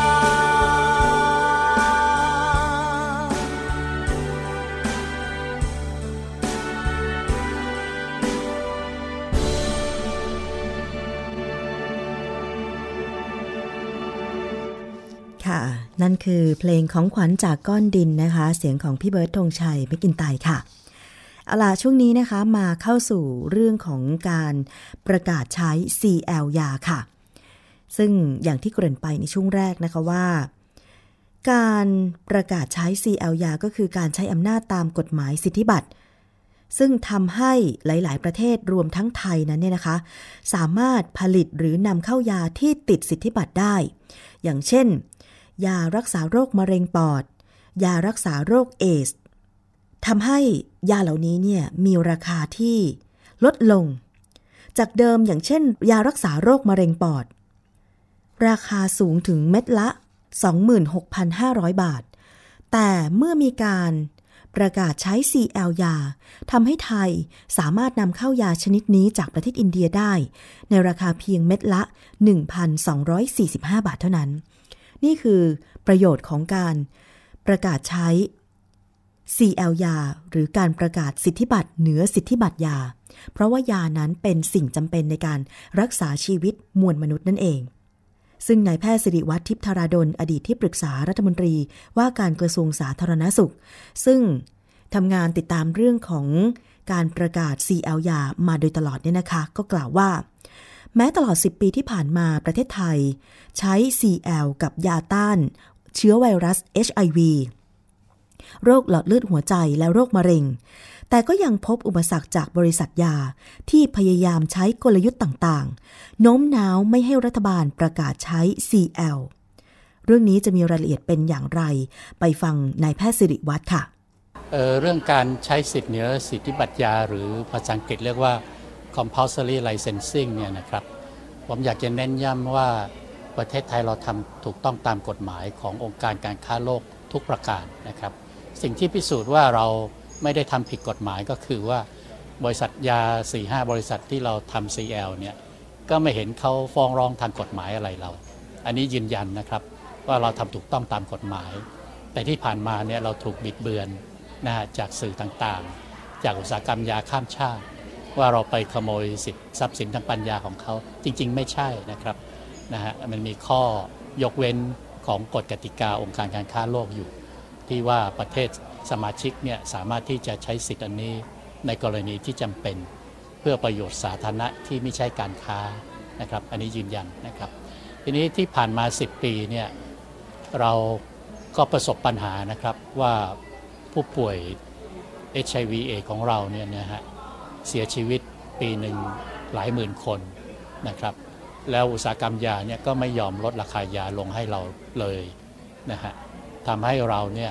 ค่ะนั่นคือเพลงของขวัญจากก้อนดินนะคะเสียงของพี่เบิร์ดธงชัยไม่กินตายค่ะเอาล่ะช่วงนี้นะคะมาเข้าสู่เรื่องของการประกาศใช้ ซี แอล ยาค่ะซึ่งอย่างที่เกริ่นไปในช่วงแรกนะคะว่าการประกาศใช้ ซี แอล ยาก็คือการใช้อำนาจตามกฎหมายสิทธิบัตรซึ่งทำให้หลายๆประเทศรวมทั้งไทยนั้นเนี่ยนะคะสามารถผลิตหรือนำเข้ายาที่ติดสิทธิบัตรได้อย่างเช่นยารักษาโรคมะเร็งปอดยารักษาโรคเอดส์ทำให้ยาเหล่านี้เนี่ยมีราคาที่ลดลงจากเดิมอย่างเช่นยารักษาโรคมะเร็งปอดราคาสูงถึงเม็ดละ สองหมื่นหกพันห้าร้อย บาทแต่เมื่อมีการประกาศใช้ ซี แอล ยาทำให้ไทยสามารถนำเข้ายาชนิดนี้จากประเทศอินเดียได้ในราคาเพียงเม็ดละ หนึ่งพันสองร้อยสี่สิบห้า บาทเท่านั้นนี่คือประโยชน์ของการประกาศใช้ ซี แอล ยาหรือการประกาศสิทธิบัตรเหนือสิทธิบัตรยาเพราะว่ายานั้นเป็นสิ่งจำเป็นในการรักษาชีวิตมวลมนุษย์นั่นเองซึ่งนายแพทย์สิริวัฒน์ทิพย์ธาราดลอดีตที่ปรึกษารัฐมนตรีว่าการกระทรวงสาธารณสุขซึ่งทำงานติดตามเรื่องของการประกาศ ซี แอล ยามาโดยตลอดเนี่ยนะคะก็กล่าวว่าแม้ตลอดสิบปีที่ผ่านมาประเทศไทยใช้ ซี แอล กับยาต้านเชื้อไวรัส เอช ไอ วี โรคหลอดเลือดหัวใจและโรคมะเร็งแต่ก็ยังพบอุปสรรคจากบริษัทยาที่พยายามใช้กลยุทธ์ต่างๆโน้มน้าวไม่ให้รัฐบาลประกาศใช้ ซี แอล เรื่องนี้จะมีรายละเอียดเป็นอย่างไรไปฟังนายแพทย์สิริวัฒน์ค่ะเอ่อเรื่องการใช้สิทธิเหนือสิทธิบัตรยาหรือภาษาอังกฤษเรียกว่า compulsory licensing เนี่ยนะครับผมอยากจะเน้นย้ำว่าประเทศไทยเราทำถูกต้องตามกฎหมายขององค์การการค้าโลกทุกประการนะครับสิ่งที่พิสูจน์ว่าเราไม่ได้ทำผิดกฎหมายก็คือว่าบริษัทยา สี่ห้า บริษัทที่เราทำ ซี แอล เนี่ยก็ไม่เห็นเขาฟ้องร้องทางกฎหมายอะไรเราอันนี้ยืนยันนะครับว่าเราทำถูกต้องตามกฎหมายแต่ที่ผ่านมาเนี่ยเราถูกบิดเบือนนะฮะจากสื่อต่างๆจากอุตสาหกรรมยาข้ามชาติว่าเราไปขโมยสิทธิทรัพย์สินทางปัญญาของเขาจริงๆไม่ใช่นะครับนะฮะมันมีข้อยกเว้นของกฎกติกาองค์การการค้าโลกอยู่ที่ว่าประเทศสมาชิกเนี่ยสามารถที่จะใช้สิทธิอันนี้ในกรณีที่จำเป็นเพื่อประโยชน์สาธารณะที่ไม่ใช่การค้านะครับอันนี้ยืนยันนะครับทีนี้ที่ผ่านมาสิบปีเนี่ยเราก็ประสบปัญหานะครับว่าผู้ป่วย เอช ไอ วี เอดส์ ของเราเนี่ยนะฮะเสียชีวิตปีหนึ่งหลายหมื่นคนนะครับแล้วอุตสาหกรรมยาเนี่ยก็ไม่ยอมลดราคายาลงให้เราเลยนะฮะทำให้เราเนี่ย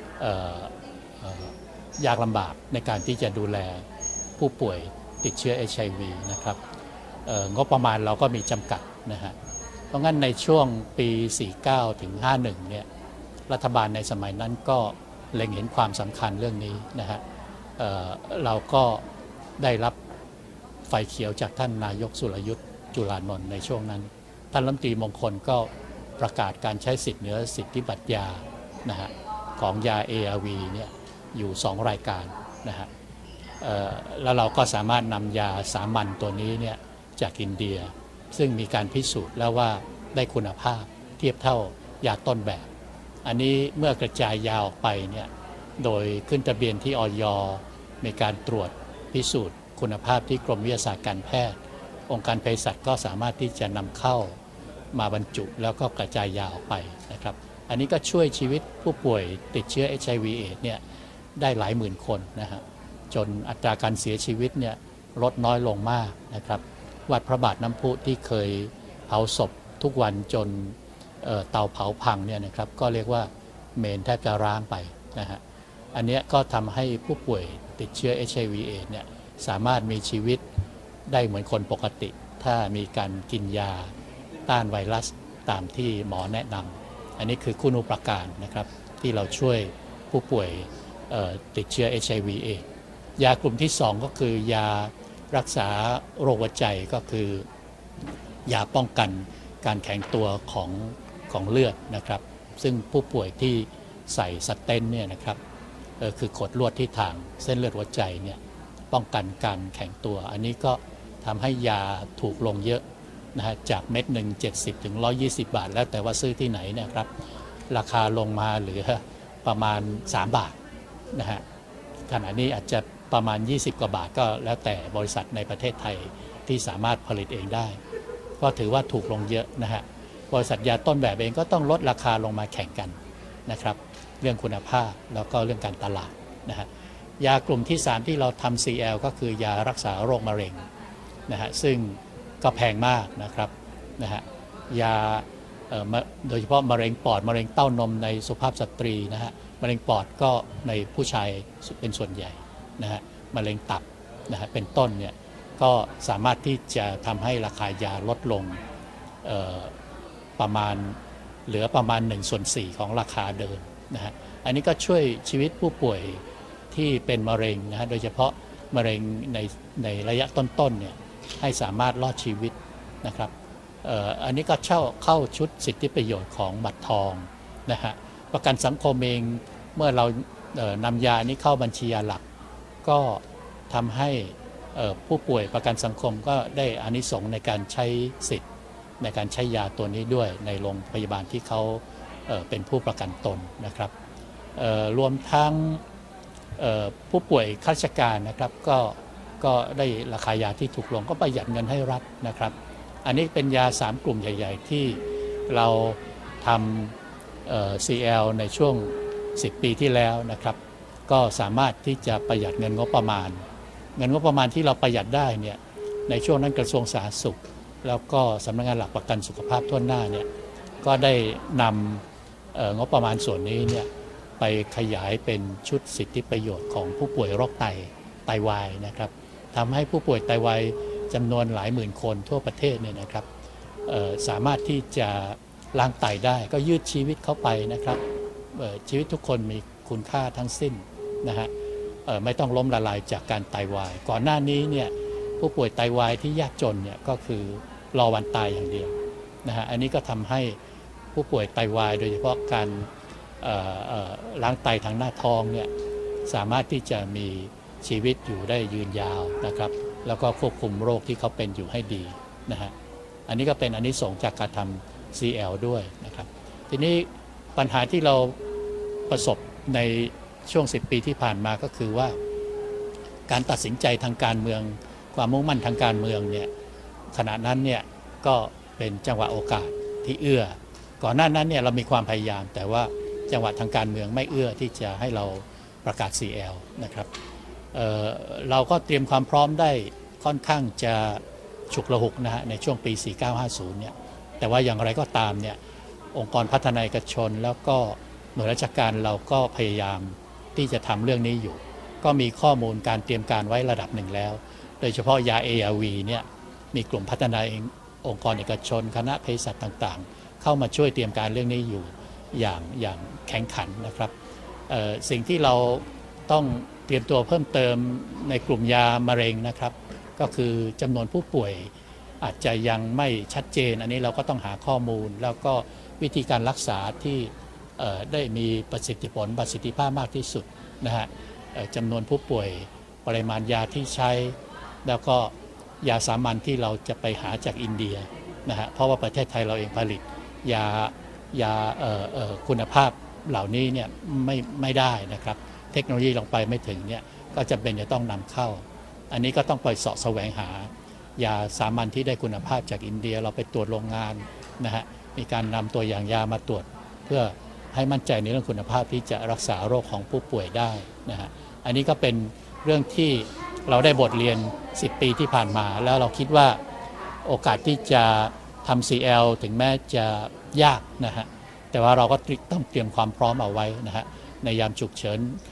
ยากลำบากในการที่จะดูแลผู้ป่วยติดเชื้อ เอช ไอ วี นะครับงบประมาณเราก็มีจำกัดนะฮะเพราะงั้นในช่วงปี สี่สิบเก้า ถึง ห้าสิบเอ็ด เนี่ยรัฐบาลในสมัยนั้นก็เล็งเห็นความสำคัญเรื่องนี้นะฮะ เอ่อ เราก็ได้รับไฟเขียวจากท่านนายกสุรยุทธ์จุลานนท์ในช่วงนั้นท่านรัฐมนตรีมงคลก็ประกาศการใช้สิทธิเหนือสิทธิบัตรยานะฮะของยา เอ อาร์ วี เนี่ยอยู่สองรายการนะฮะแล้วเราก็สามารถนำยาสามัญตัวนี้เนี่ยจากอินเดียซึ่งมีการพิสูจน์แล้วว่าได้คุณภาพเทียบเท่ายาต้นแบบอันนี้เมื่อกระจายยาออกไปเนี่ยโดยขึ้นทะเบียนที่อย.มีการตรวจพิสูจน์คุณภาพที่กรมวิทยาศาสตร์การแพทย์องค์การเภสัชก็สามารถที่จะนำเข้ามาบรรจุแล้วก็กระจายยาออกไปนะครับอันนี้ก็ช่วยชีวิตผู้ป่วยติดเชื้อ เอช ไอ วี เอดส์ เนี่ยได้หลายหมื่นคนนะฮะจนอัตราการเสียชีวิตเนี่ยลดน้อยลงมากนะครับวัดพระบาทน้ำพุที่เคยเผาศพทุกวันจน เอ่อ เตาเผาพังเนี่ยนะครับก็เรียกว่าเมนแทบจะร้างไปนะฮะอันนี้ก็ทำให้ผู้ป่วยติดเชื้อ เอช ไอ วี เอดส์เนี่ยสามารถมีชีวิตได้เหมือนคนปกติถ้ามีการกินยาต้านไวรัสตามที่หมอแนะนำอันนี้คือคุณูปการนะครับที่เราช่วยผู้ป่วยติดเชื้อ เอช ไอ วี เอดส์ยากลุ่มที่สองก็คือยารักษาโรคหัวใจก็คือยาป้องกันการแข็งตัวของของเลือดนะครับซึ่งผู้ป่วยที่ใส่สเตนต์เนี่ยนะครับคือขดลวดที่ทางเส้นเลือดหัวใจเนี่ยป้องกันการแข็งตัวอันนี้ก็ทำให้ยาถูกลงเยอะนะฮะจากเม็ดหนึ่งเจ็ดสิบถึงหนึ่งร้อยยี่สิบบาทแล้วแต่ว่าซื้อที่ไหนนะครับราคาลงมาเหลือประมาณสามบาทนะฮะขณะนี้อาจจะประมาณยี่สิบกว่าบาทก็แล้วแต่บริษัทในประเทศไทยที่สามารถผลิตเองได้ก็ถือว่าถูกลงเยอะนะฮะบริษัทยาต้นแบบเองก็ต้องลดราคาลงมาแข่งกันนะครับเรื่องคุณภาพแล้วก็เรื่องการตลาดนะฮะยากลุ่มที่สามที่เราทำ ซี แอล ก็คือยารักษาโรคมะเร็งนะฮะซึ่งก็แพงมากนะครับนะฮะยาโดยเฉพาะมะเร็งปอดมะเร็งเต้านมในสุภาพสตรีนะฮะมะเร็งปอดก็ในผู้ชายเป็นส่วนใหญ่นะฮะมะเร็งตับนะฮะเป็นต้นเนี่ยก็สามารถที่จะทำให้ราคายาลดลงประมาณเหลือประมาณหนึ่งส่วนสี่ของราคาเดิมนะฮะอันนี้ก็ช่วยชีวิตผู้ป่วยที่เป็นมะเร็งนะฮะโดยเฉพาะมะเร็งในในระยะต้นๆเนี่ยให้สามารถรอดชีวิตนะครับ อ, อันนี้ก็เข้าเข้าชุดสิทธิประโยชน์ของบัตรทองนะฮะประกันสังคมเองเมื่อเราเอ่อนำยานี้เข้าบัญชียาหลักก็ทำให้ผู้ป่วยประกันสังคมก็ได้อานิสงส์ในการใช้สิทธิ์ในการใช้ยาตัวนี้ด้วยในโรงพยาบาลที่เขาเอ่อเป็นผู้ประกันตนนะครับรวมทั้งผู้ป่วยข้าราชการนะครับก็ก็ได้ราคายาที่ถูกลงก็ประหยัดเงินให้รัฐนะครับอันนี้เป็นยาสามกลุ่มใหญ่ๆที่เราทำ ซี แอล ในช่วงสิบปีที่แล้วนะครับก็สามารถที่จะประหยัดเงินงบประมาณเงินงบประมาณที่เราประหยัดได้เนี่ยในช่วงนั้นกระทรวงสาธารณสุขแล้วก็สำนักงานหลักประกันสุขภาพทั่วหน้าเนี่ยก็ได้นำงบประมาณส่วนนี้เนี่ยไปขยายเป็นชุดสิทธิประโยชน์ของผู้ป่วยโรคไตไตวายนะครับทำให้ผู้ป่วยไตวายจำนวนหลายหมื่นคนทั่วประเทศเนี่ยนะครับสามารถที่จะล้างไตได้ก็ยืดชีวิตเข้าไปนะครับชีวิตทุกคนมีคุณค่าทั้งสิ้นนะฮะไม่ต้องล้มละลายจากการไตวายก่อนหน้านี้เนี่ยผู้ป่วยไตวายที่ยากจนเนี่ยก็คือรอวันตายอย่างเดียวนะฮะอันนี้ก็ทำให้ผู้ป่วยไตวายโดยเฉพาะการล้างไตทางหน้าท้องเนี่ยสามารถที่จะมีชีวิตอยู่ได้ยืนยาวนะครับแล้วก็ควบคุมโรคที่เขาเป็นอยู่ให้ดีนะฮะอันนี้ก็เป็นอานิสงส์จากการทำ ซี แอล ด้วยนะครับทีนี้ปัญหาที่เราประสบในช่วงสิบปีที่ผ่านมาก็คือว่าการตัดสินใจทางการเมืองความมุ่งมั่นทางการเมืองเนี่ยขณะนั้นเนี่ยก็เป็นจังหวะโอกาสที่เอื้อก่อนหน้านั้นเนี่ยเรามีความพยายามแต่ว่าจังหวะทางการเมืองไม่เอื้อที่จะให้เราประกาศ ซี แอล นะครับ เอ่อ เราก็เตรียมความพร้อมได้ค่อนข้างจะฉุกละหุกนะฮะในช่วงปีสี่เก้าห้าศูนย์เนี่ยแต่ว่าอย่างไรก็ตามเนี่ยองค์กรพัฒนาเอกชนแล้วก็หน่วยราชการเราก็พยายามที่จะทำเรื่องนี้อยู่ก็มีข้อมูลการเตรียมการไว้ระดับหนึ่งแล้วโดยเฉพาะยา เอ อาร์ วี เนี่ยมีกลุ่มพัฒนาเององค์กรเอกชนคณะเภสัชต่างๆเข้ามาช่วยเตรียมการเรื่องนี้อยู่อย่างอย่างแข็งขันนะครับสิ่งที่เราต้องเตรียมตัวเพิ่มเติมในกลุ่มยามะเร็งนะครับก็คือจำนวนผู้ป่วยอาจจะยังไม่ชัดเจนอันนี้เราก็ต้องหาข้อมูลแล้วก็วิธีการรักษาที่ได้มีประสิทธิผลประสิทธิภาพมากที่สุดนะฮะจำนวนผู้ป่วยปริมาณยาที่ใช้แล้วก็ยาสามัญที่เราจะไปหาจากอินเดียนะฮะเพราะว่าประเทศไทยเราเองผลิตยายาคุณภาพเหล่านี้เนี่ยไม่ไม่ได้นะครับเทคโนโลยีลงไปไม่ถึงเนี่ยก็จำเป็นจะต้องนำเข้าอันนี้ก็ต้องไปเสาะแสวงหายาสามัญที่ได้คุณภาพจากอินเดียเราไปตรวจโรงงานนะฮะมีการนำตัวอย่างยามาตรวจเพื่อให้มั่นใจในเรื่องคุณภาพที่จะรักษาโรคของผู้ป่วยได้นะฮะอันนี้ก็เป็นเรื่องที่เราได้บทเรียนสิบปีที่ผ่านมาแล้วเราคิดว่าโอกาสที่จะทำ ซี แอล ถึงแม้จะยากนะฮะแต่ว่าเราก็ต้องเตรียมความพร้อมเอาไว้นะฮะในยามฉุกเฉิน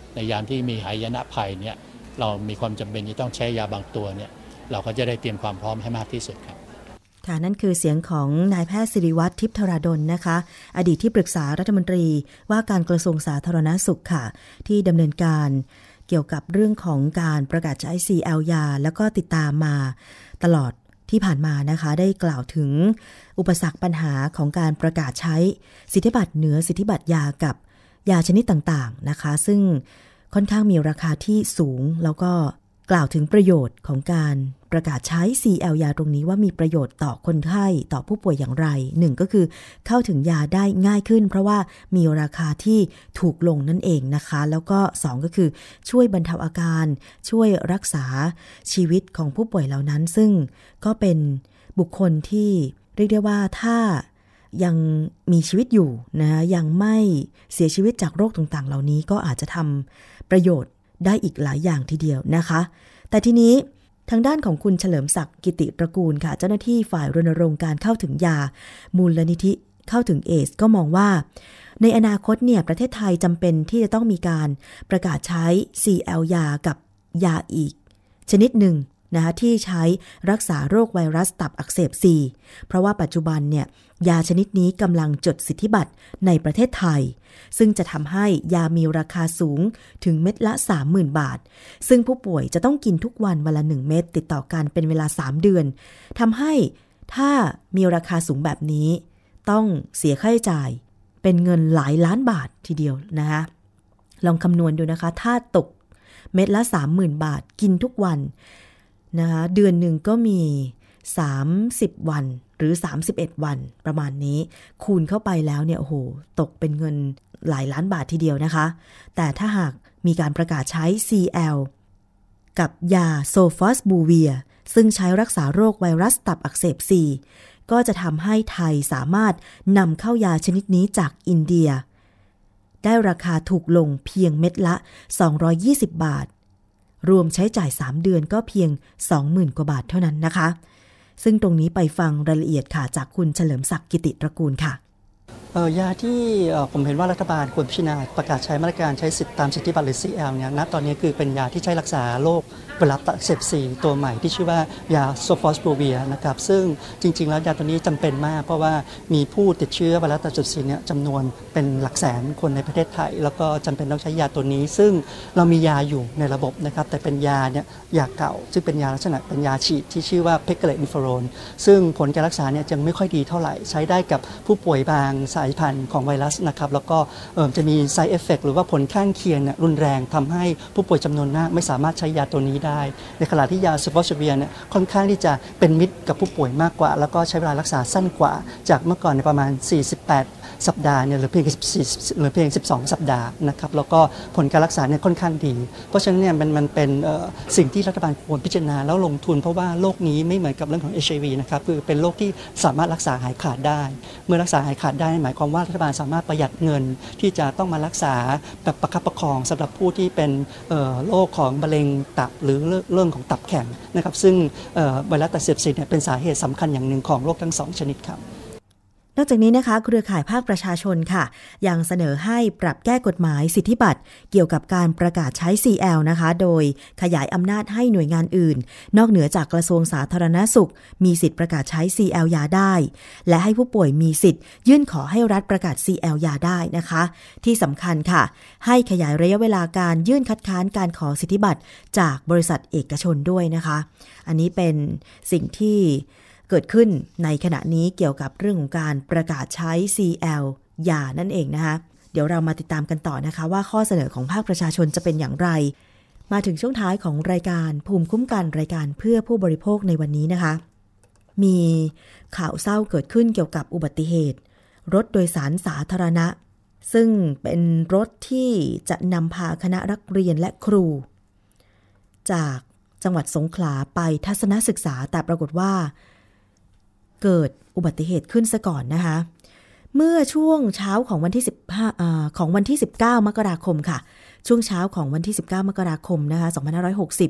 ในยามที่มีหายนะภัยเนี่ยเรามีความจำเป็นที่ต้องใช้ยาบางตัวเนี่ยเราก็จะได้เตรียมความพร้อมให้มากที่สุดครับค่ะนั่นคือเสียงของนายแพทย์ศิริวัฒน์ทิพย์ธราดลนะคะอดีตที่ปรึกษารัฐมนตรีว่าการกระทรวงสาธารณสุขค่ะที่ดำเนินการเกี่ยวกับเรื่องของการประกาศใช้ ซี แอล ยาแล้วก็ติดตามมาตลอดที่ผ่านมานะคะได้กล่าวถึงอุปสรรคปัญหาของการประกาศใช้สิทธิบัตรเหนือสิทธิบัตรยากับยาชนิดต่างๆนะคะซึ่งค่อนข้างมีราคาที่สูงแล้วก็กล่าวถึงประโยชน์ของการประกาศใช้ ซี แอล ยาตรงนี้ว่ามีประโยชน์ต่อคนไข้ต่อผู้ป่วยอย่างไรหนึ่งก็คือเข้าถึงยาได้ง่ายขึ้นเพราะว่ามีราคาที่ถูกลงนั่นเองนะคะแล้วก็สองก็คือช่วยบรรเทาอาการช่วยรักษาชีวิตของผู้ป่วยเหล่านั้นซึ่งก็เป็นบุคคลที่เรียกได้ว่าถ้ายังมีชีวิตอยู่นะยังไม่เสียชีวิตจากโรคต่างๆเหล่านี้ก็อาจจะทำประโยชน์ได้อีกหลายอย่างทีเดียวนะคะแต่ทีนี้ทางด้านของคุณเฉลิมศักดิ์กิติตระกูลค่ะเจ้าหน้าที่ฝ่ายรณรงค์การเข้าถึงยามูลนิธิเข้าถึงเอดส์ก็มองว่าในอนาคตเนี่ยประเทศไทยจำเป็นที่จะต้องมีการประกาศใช้ ซี แอล ยากับยาอีกชนิดหนึ่งนะคะที่ใช้รักษาโรคไวรัสตับอักเสบ ซี เพราะว่าปัจจุบันเนี่ยยาชนิดนี้กำลังจดสิทธิบัตรในประเทศไทยซึ่งจะทำให้ยามีราคาสูงถึงเม็ดละ สามหมื่น บาทซึ่งผู้ป่วยจะต้องกินทุกวันวันละหนึ่งเม็ดติดต่อกันเป็นเวลาสามเดือนทำให้ถ้ามีราคาสูงแบบนี้ต้องเสียค่าใช้จ่ายเป็นเงินหลายล้านบาททีเดียวนะคะลองคำนวณดูนะคะถ้าตกเม็ดละ สามหมื่น บาทกินทุกวันนะคะเดือนหนึ่งก็มีสามสิบวันหรือสามสิบเอ็ดวันประมาณนี้คูณเข้าไปแล้วเนี่ยโอ้โหตกเป็นเงินหลายล้านบาททีเดียวนะคะแต่ถ้าหากมีการประกาศใช้ ซี แอล กับยาโซฟอสบูเวียซึ่งใช้รักษาโรคไวรัสตับอักเสบ ซี ก็จะทำให้ไทยสามารถนำเข้ายาชนิดนี้จากอินเดียได้ราคาถูกลงเพียงเม็ดละสองร้อยยี่สิบบาทรวมใช้จ่ายสามเดือนก็เพียง สองหมื่น กว่าบาทเท่านั้นนะคะซึ่งตรงนี้ไปฟังรายละเอียดค่ะจากคุณเฉลิมศักดิ์กิติตระกูลค่ะเอ่อยาที่ผมเห็นว่ารัฐบาลควรพิจารณาประกาศใช้มาตรการใช้สิทธิตามสิทธิบัตรหรือ ซี แอล เนี่ยณตอนนี้คือเป็นยาที่ใช้รักษาโรคไวรัสตับอักเสบ ซี ตัวใหม่ที่ชื่อว่ายาโซฟอสบูเวียนะครับซึ่งจริงๆแล้วยาตัวนี้จำเป็นมากเพราะว่ามีผู้ติดเชื้อไวรัสตับอักเสบ ซี เนี่ยจำนวนเป็นหลักแสนคนในประเทศไทยแล้วก็จำเป็นต้องใช้ยาตัวนี้ซึ่งเรามียาอยู่ในระบบนะครับแต่เป็นยาเนี่ยยาเก่าซึ่งเป็นยาลักษณะเป็นยาฉีดที่ชื่อว่าเพกเกเลตนิฟอโรนซึ่งผลการรักษาเนี่ยยังไม่ค่อยดีเท่าไหร่ใช้ได้กับผู้ป่วยบางสายพันธุ์ของไวรัสนะครับแล้วก็จะมี side effect หรือว่าผลข้างเคียงรุนแรงทำให้ผู้ป่วยจำนวนมากไม่สามารถใช้ยาตัวนี้ได้ในขณะที่ยาซูโฟสเวียเนี่ยค่อนข้างที่จะเป็นมิตรกับผู้ป่วยมากกว่าแล้วก็ใช้เวลารักษาสั้นกว่าจากเมื่อก่อนในประมาณสี่สิบแปดสัปดาห์เนี่ยหรือเพียงหรือเพียงสิบสองสัปดาห์นะครับแล้วก็ผลการรักษาเนี่ยค่อนข้างดีเพราะฉะนั้นเนี่ยมันมันเป็นสิ่งที่รัฐบาลควรพิจารณาแล้วลงทุนเพราะว่าโรคนี้ไม่เหมือนกับเรื่องของ เอช ไอ วี นะครับคือเป็นโรคที่สามารถรักษาหายขาดได้เมื่อรักษาหายขาดได้หมายความว่ารัฐบาลสามารถประหยัดเงินที่จะต้องมารักษาแบบประคับประคองสำหรับผู้ที่เป็นโรคของมะเร็งตับหรือเรื่องของตับแข็งนะครับซึ่งไวรัสตับอักเสบ ซี เนี่ยเป็นสาเหตุสำคัญอย่างหนึ่งของโรคทั้งสองชนิดครับนอกจากนี้นะคะเครือข่ายภาคประชาชนค่ะยังเสนอให้ปรับแก้กฎหมายสิทธิบัตรเกี่ยวกับการประกาศใช้ ซี แอล นะคะโดยขยายอำนาจให้หน่วยงานอื่นนอกเหนือจากกระทรวงสาธารณสุขมีสิทธิประกาศใช้ ซี แอล ยาได้และให้ผู้ป่วยมีสิทธิ์ยื่นขอให้รัฐประกาศ ซี แอล ยาได้นะคะที่สำคัญค่ะให้ขยายระยะเวลาการยื่นคัดค้านการขอสิทธิบัตรจากบริษัทเอกชนด้วยนะคะอันนี้เป็นสิ่งที่เกิดขึ้นในขณะนี้เกี่ยวกับเรื่องของการประกาศใช้ ซี แอล ยานั่นเองนะคะเดี๋ยวเรามาติดตามกันต่อนะคะว่าข้อเสนอของภาคประชาชนจะเป็นอย่างไรมาถึงช่วงท้ายของรายการภูมิคุ้มกันรายการเพื่อผู้บริโภคในวันนี้นะคะมีข่าวเศร้าเกิดขึ้นเกี่ยวกับอุบัติเหตุรถโดยสารสาธารณะซึ่งเป็นรถที่จะนำพาคณะนักเรียนและครูจากจังหวัดสงขลาไปทัศนศึกษาแต่ปรากฏว่าเกิดอุบัติเหตุขึ้นซะก่อนนะคะเมื่อช่วงเช้าของวันที่สิบห้าอ่าของวันที่สิบเก้ามกราคมค่ะช่วงเช้าของวันที่สิบเก้ามกราคมนะคะสองพันห้าร้อยหกสิบ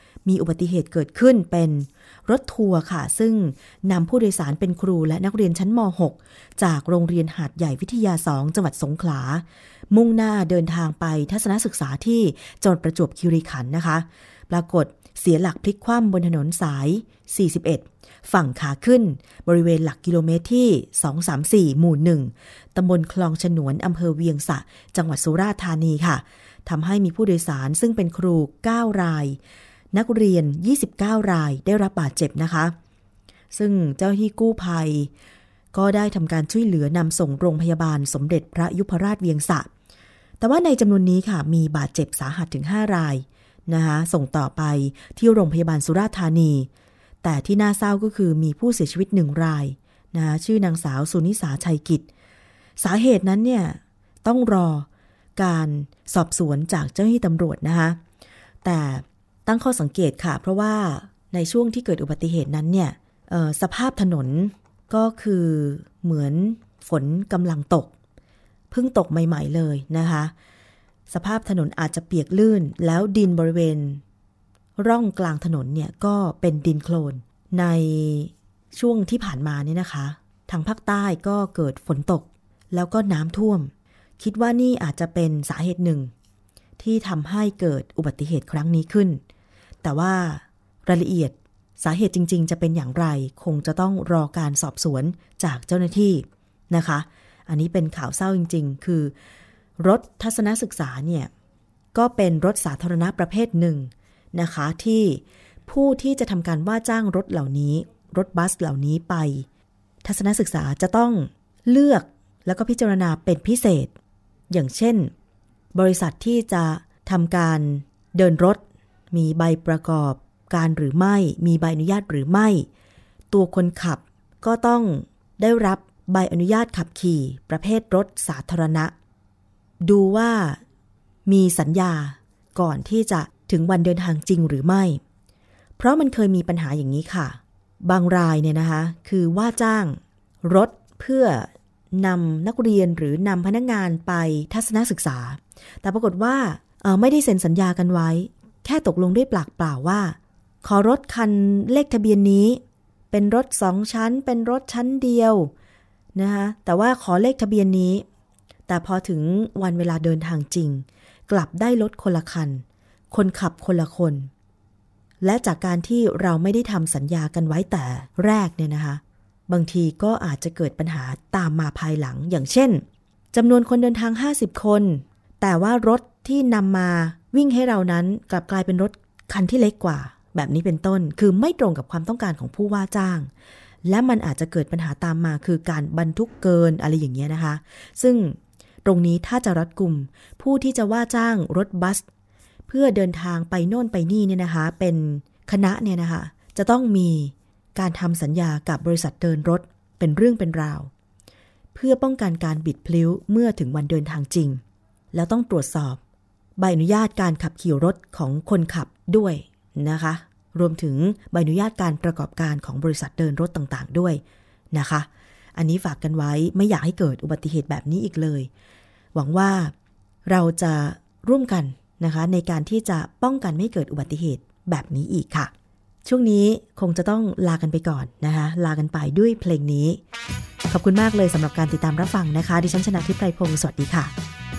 มีอุบัติเหตุเกิดขึ้นเป็นรถทัวร์ค่ะซึ่งนำผู้โดยสารเป็นครูและนักเรียนชั้นม หก จากโรงเรียนหาดใหญ่วิทยา สอง จังหวัดสงขลามุ่งหน้าเดินทางไปทัศนศึกษาที่จังหวัดประจวบคีรีขันธ์นะคะปรากฏเสียหลักพลิกคว่ำบนถนนสายสี่สิบเอ็ดฝั่งขาขึ้นบริเวณหลักกิโลเมตรที่สองสามสี่หมู่หนึ่งตำบลคลองฉนวนอำเภอเวียงสะจังหวัดสุราษฎร์ธานีค่ะทำให้มีผู้โดยสารซึ่งเป็นครูเก้ารายนักเรียนยี่สิบเก้ารายได้รับบาดเจ็บนะคะซึ่งเจ้าหน้าที่กู้ภัยก็ได้ทำการช่วยเหลือนำส่งโรงพยาบาลสมเด็จพระยุพราชเวียงสะแต่ว่าในจำนวนนี้ค่ะมีบาดเจ็บสาหัสถึงห้ารายนะคะส่งต่อไปที่โรงพยาบาลสุราษฎร์ธานีแต่ที่น่าเศร้าก็คือมีผู้เสียชีวิตหนึ่งรายนะคะชื่อนางสาวสุนิสาชัยกิจสาเหตุนั้นเนี่ยต้องรอการสอบสวนจากเจ้าหน้าที่ตำรวจนะคะแต่ตั้งข้อสังเกตค่ะเพราะว่าในช่วงที่เกิดอุบัติเหตุนั้นเนี่ยสภาพถนนก็คือเหมือนฝนกำลังตกเพิ่งตกใหม่ๆเลยนะคะสภาพถนนอาจจะเปียกลื่นแล้วดินบริเวณร่องกลางถนนเนี่ยก็เป็นดินโคลนในช่วงที่ผ่านมาเนี่ยนะคะทางภาคใต้ก็เกิดฝนตกแล้วก็น้ำท่วมคิดว่านี่อาจจะเป็นสาเหตุหนึ่งที่ทำให้เกิดอุบัติเหตุครั้งนี้ขึ้นแต่ว่ารายละเอียดสาเหตุจริงๆจะเป็นอย่างไรคงจะต้องรอการสอบสวนจากเจ้าหน้าที่นะคะอันนี้เป็นข่าวเศร้าจริงๆคือรถทัศนศึกษาเนี่ยก็เป็นรถสาธารณะประเภทหนึ่งนะคะที่ผู้ที่จะทำการว่าจ้างรถเหล่านี้รถบัสเหล่านี้ไปทัศนศึกษาจะต้องเลือกแล้วก็พิจารณาเป็นพิเศษอย่างเช่นบริษัทที่จะทำการเดินรถมีใบประกอบการหรือไม่มีใบอนุญาตหรือไม่ตัวคนขับก็ต้องได้รับใบอนุญาตขับขี่ประเภทรถสาธารณะดูว่ามีสัญญาก่อนที่จะถึงวันเดินทางจริงหรือไม่เพราะมันเคยมีปัญหาอย่างนี้ค่ะบางรายเนี่ยนะคะคือว่าจ้างรถเพื่อนำนักเรียนหรือนำพนักงานไปทัศนศึกษาแต่ปรากฏว่าเอ่อไม่ได้เซ็นสัญญากันไว้แค่ตกลงด้วยปากเปล่าว่าขอรถคันเลขทะเบียนนี้เป็นรถสองชั้นเป็นรถชั้นเดียวนะคะแต่ว่าขอเลขทะเบียนนี้แต่พอถึงวันเวลาเดินทางจริงกลับได้รถคนละคันคนขับคนละคนและจากการที่เราไม่ได้ทำสัญญากันไว้แต่แรกเนี่ยนะคะบางทีก็อาจจะเกิดปัญหาตามมาภายหลังอย่างเช่นจำนวนคนเดินทางห้าสิบคนแต่ว่ารถที่นำมาวิ่งให้เรานั้นกลับกลายเป็นรถคันที่เล็กกว่าแบบนี้เป็นต้นคือไม่ตรงกับความต้องการของผู้ว่าจ้างและมันอาจจะเกิดปัญหาตามมาคือการบรรทุกเกินอะไรอย่างเงี้ยนะคะซึ่งตรงนี้ถ้าจะรัดกุมผู้ที่จะว่าจ้างรถบัสเพื่อเดินทางไปโน่นไปนี่เนี่ยนะคะเป็นคณะเนี่ยนะคะจะต้องมีการทำสัญญากับบริษัทเดินรถเป็นเรื่องเป็นราวเพื่อป้องกันการบิดพลิ้วเมื่อถึงวันเดินทางจริงแล้วต้องตรวจสอบใบอนุญาตการขับขี่รถของคนขับด้วยนะคะรวมถึงใบอนุญาตการประกอบการของบริษัทเดินรถต่างๆด้วยนะคะอันนี้ฝากกันไว้ไม่อยากให้เกิดอุบัติเหตุแบบนี้อีกเลยหวังว่าเราจะร่วมกันนะคะในการที่จะป้องกันไม่ให้เกิดอุบัติเหตุแบบนี้อีกค่ะช่วงนี้คงจะต้องลากันไปก่อนนะคะลากันไปด้วยเพลงนี้ขอบคุณมากเลยสำหรับการติดตามรับฟังนะคะดิฉันชนาธิปไพรพงศ์สวัสดีค่ะ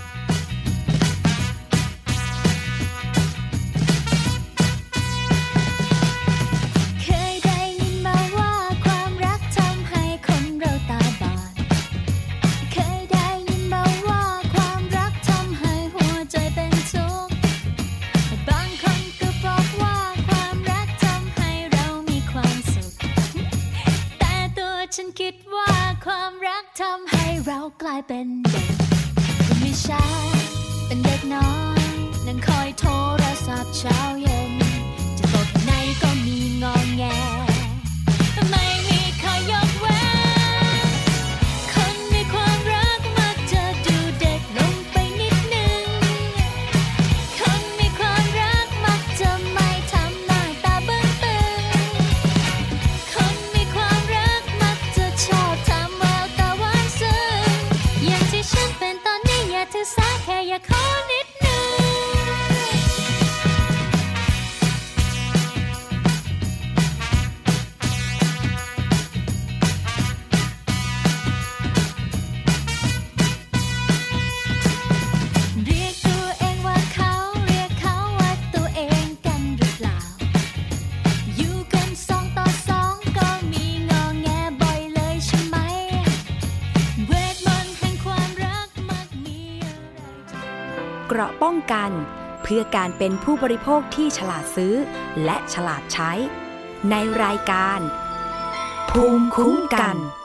กลายเป็นเด็กคนไม่ใช่เป็นเด็กน้อยนั่งคอยโทรศัพท์เช้าเย็นจะตกไหนก็มีงอแงไม่มีใครยกเว้นคนมีความรักมักจะดูเด็กลงไปนิดนึงคนมีความรักมักจะไม่ทำหน้าตาบึ้งตึงคนมีความรักมักจะชอบทำแววตาหวานซึ้งอย่างที่ฉันเป็นตอนนี้อย่าถือสาแค่อยากขอนิดนึงเกราะป้องกันเพื่อการเป็นผู้บริโภคที่ฉลาดซื้อและฉลาดใช้ในรายการภูมิคุ้มกัน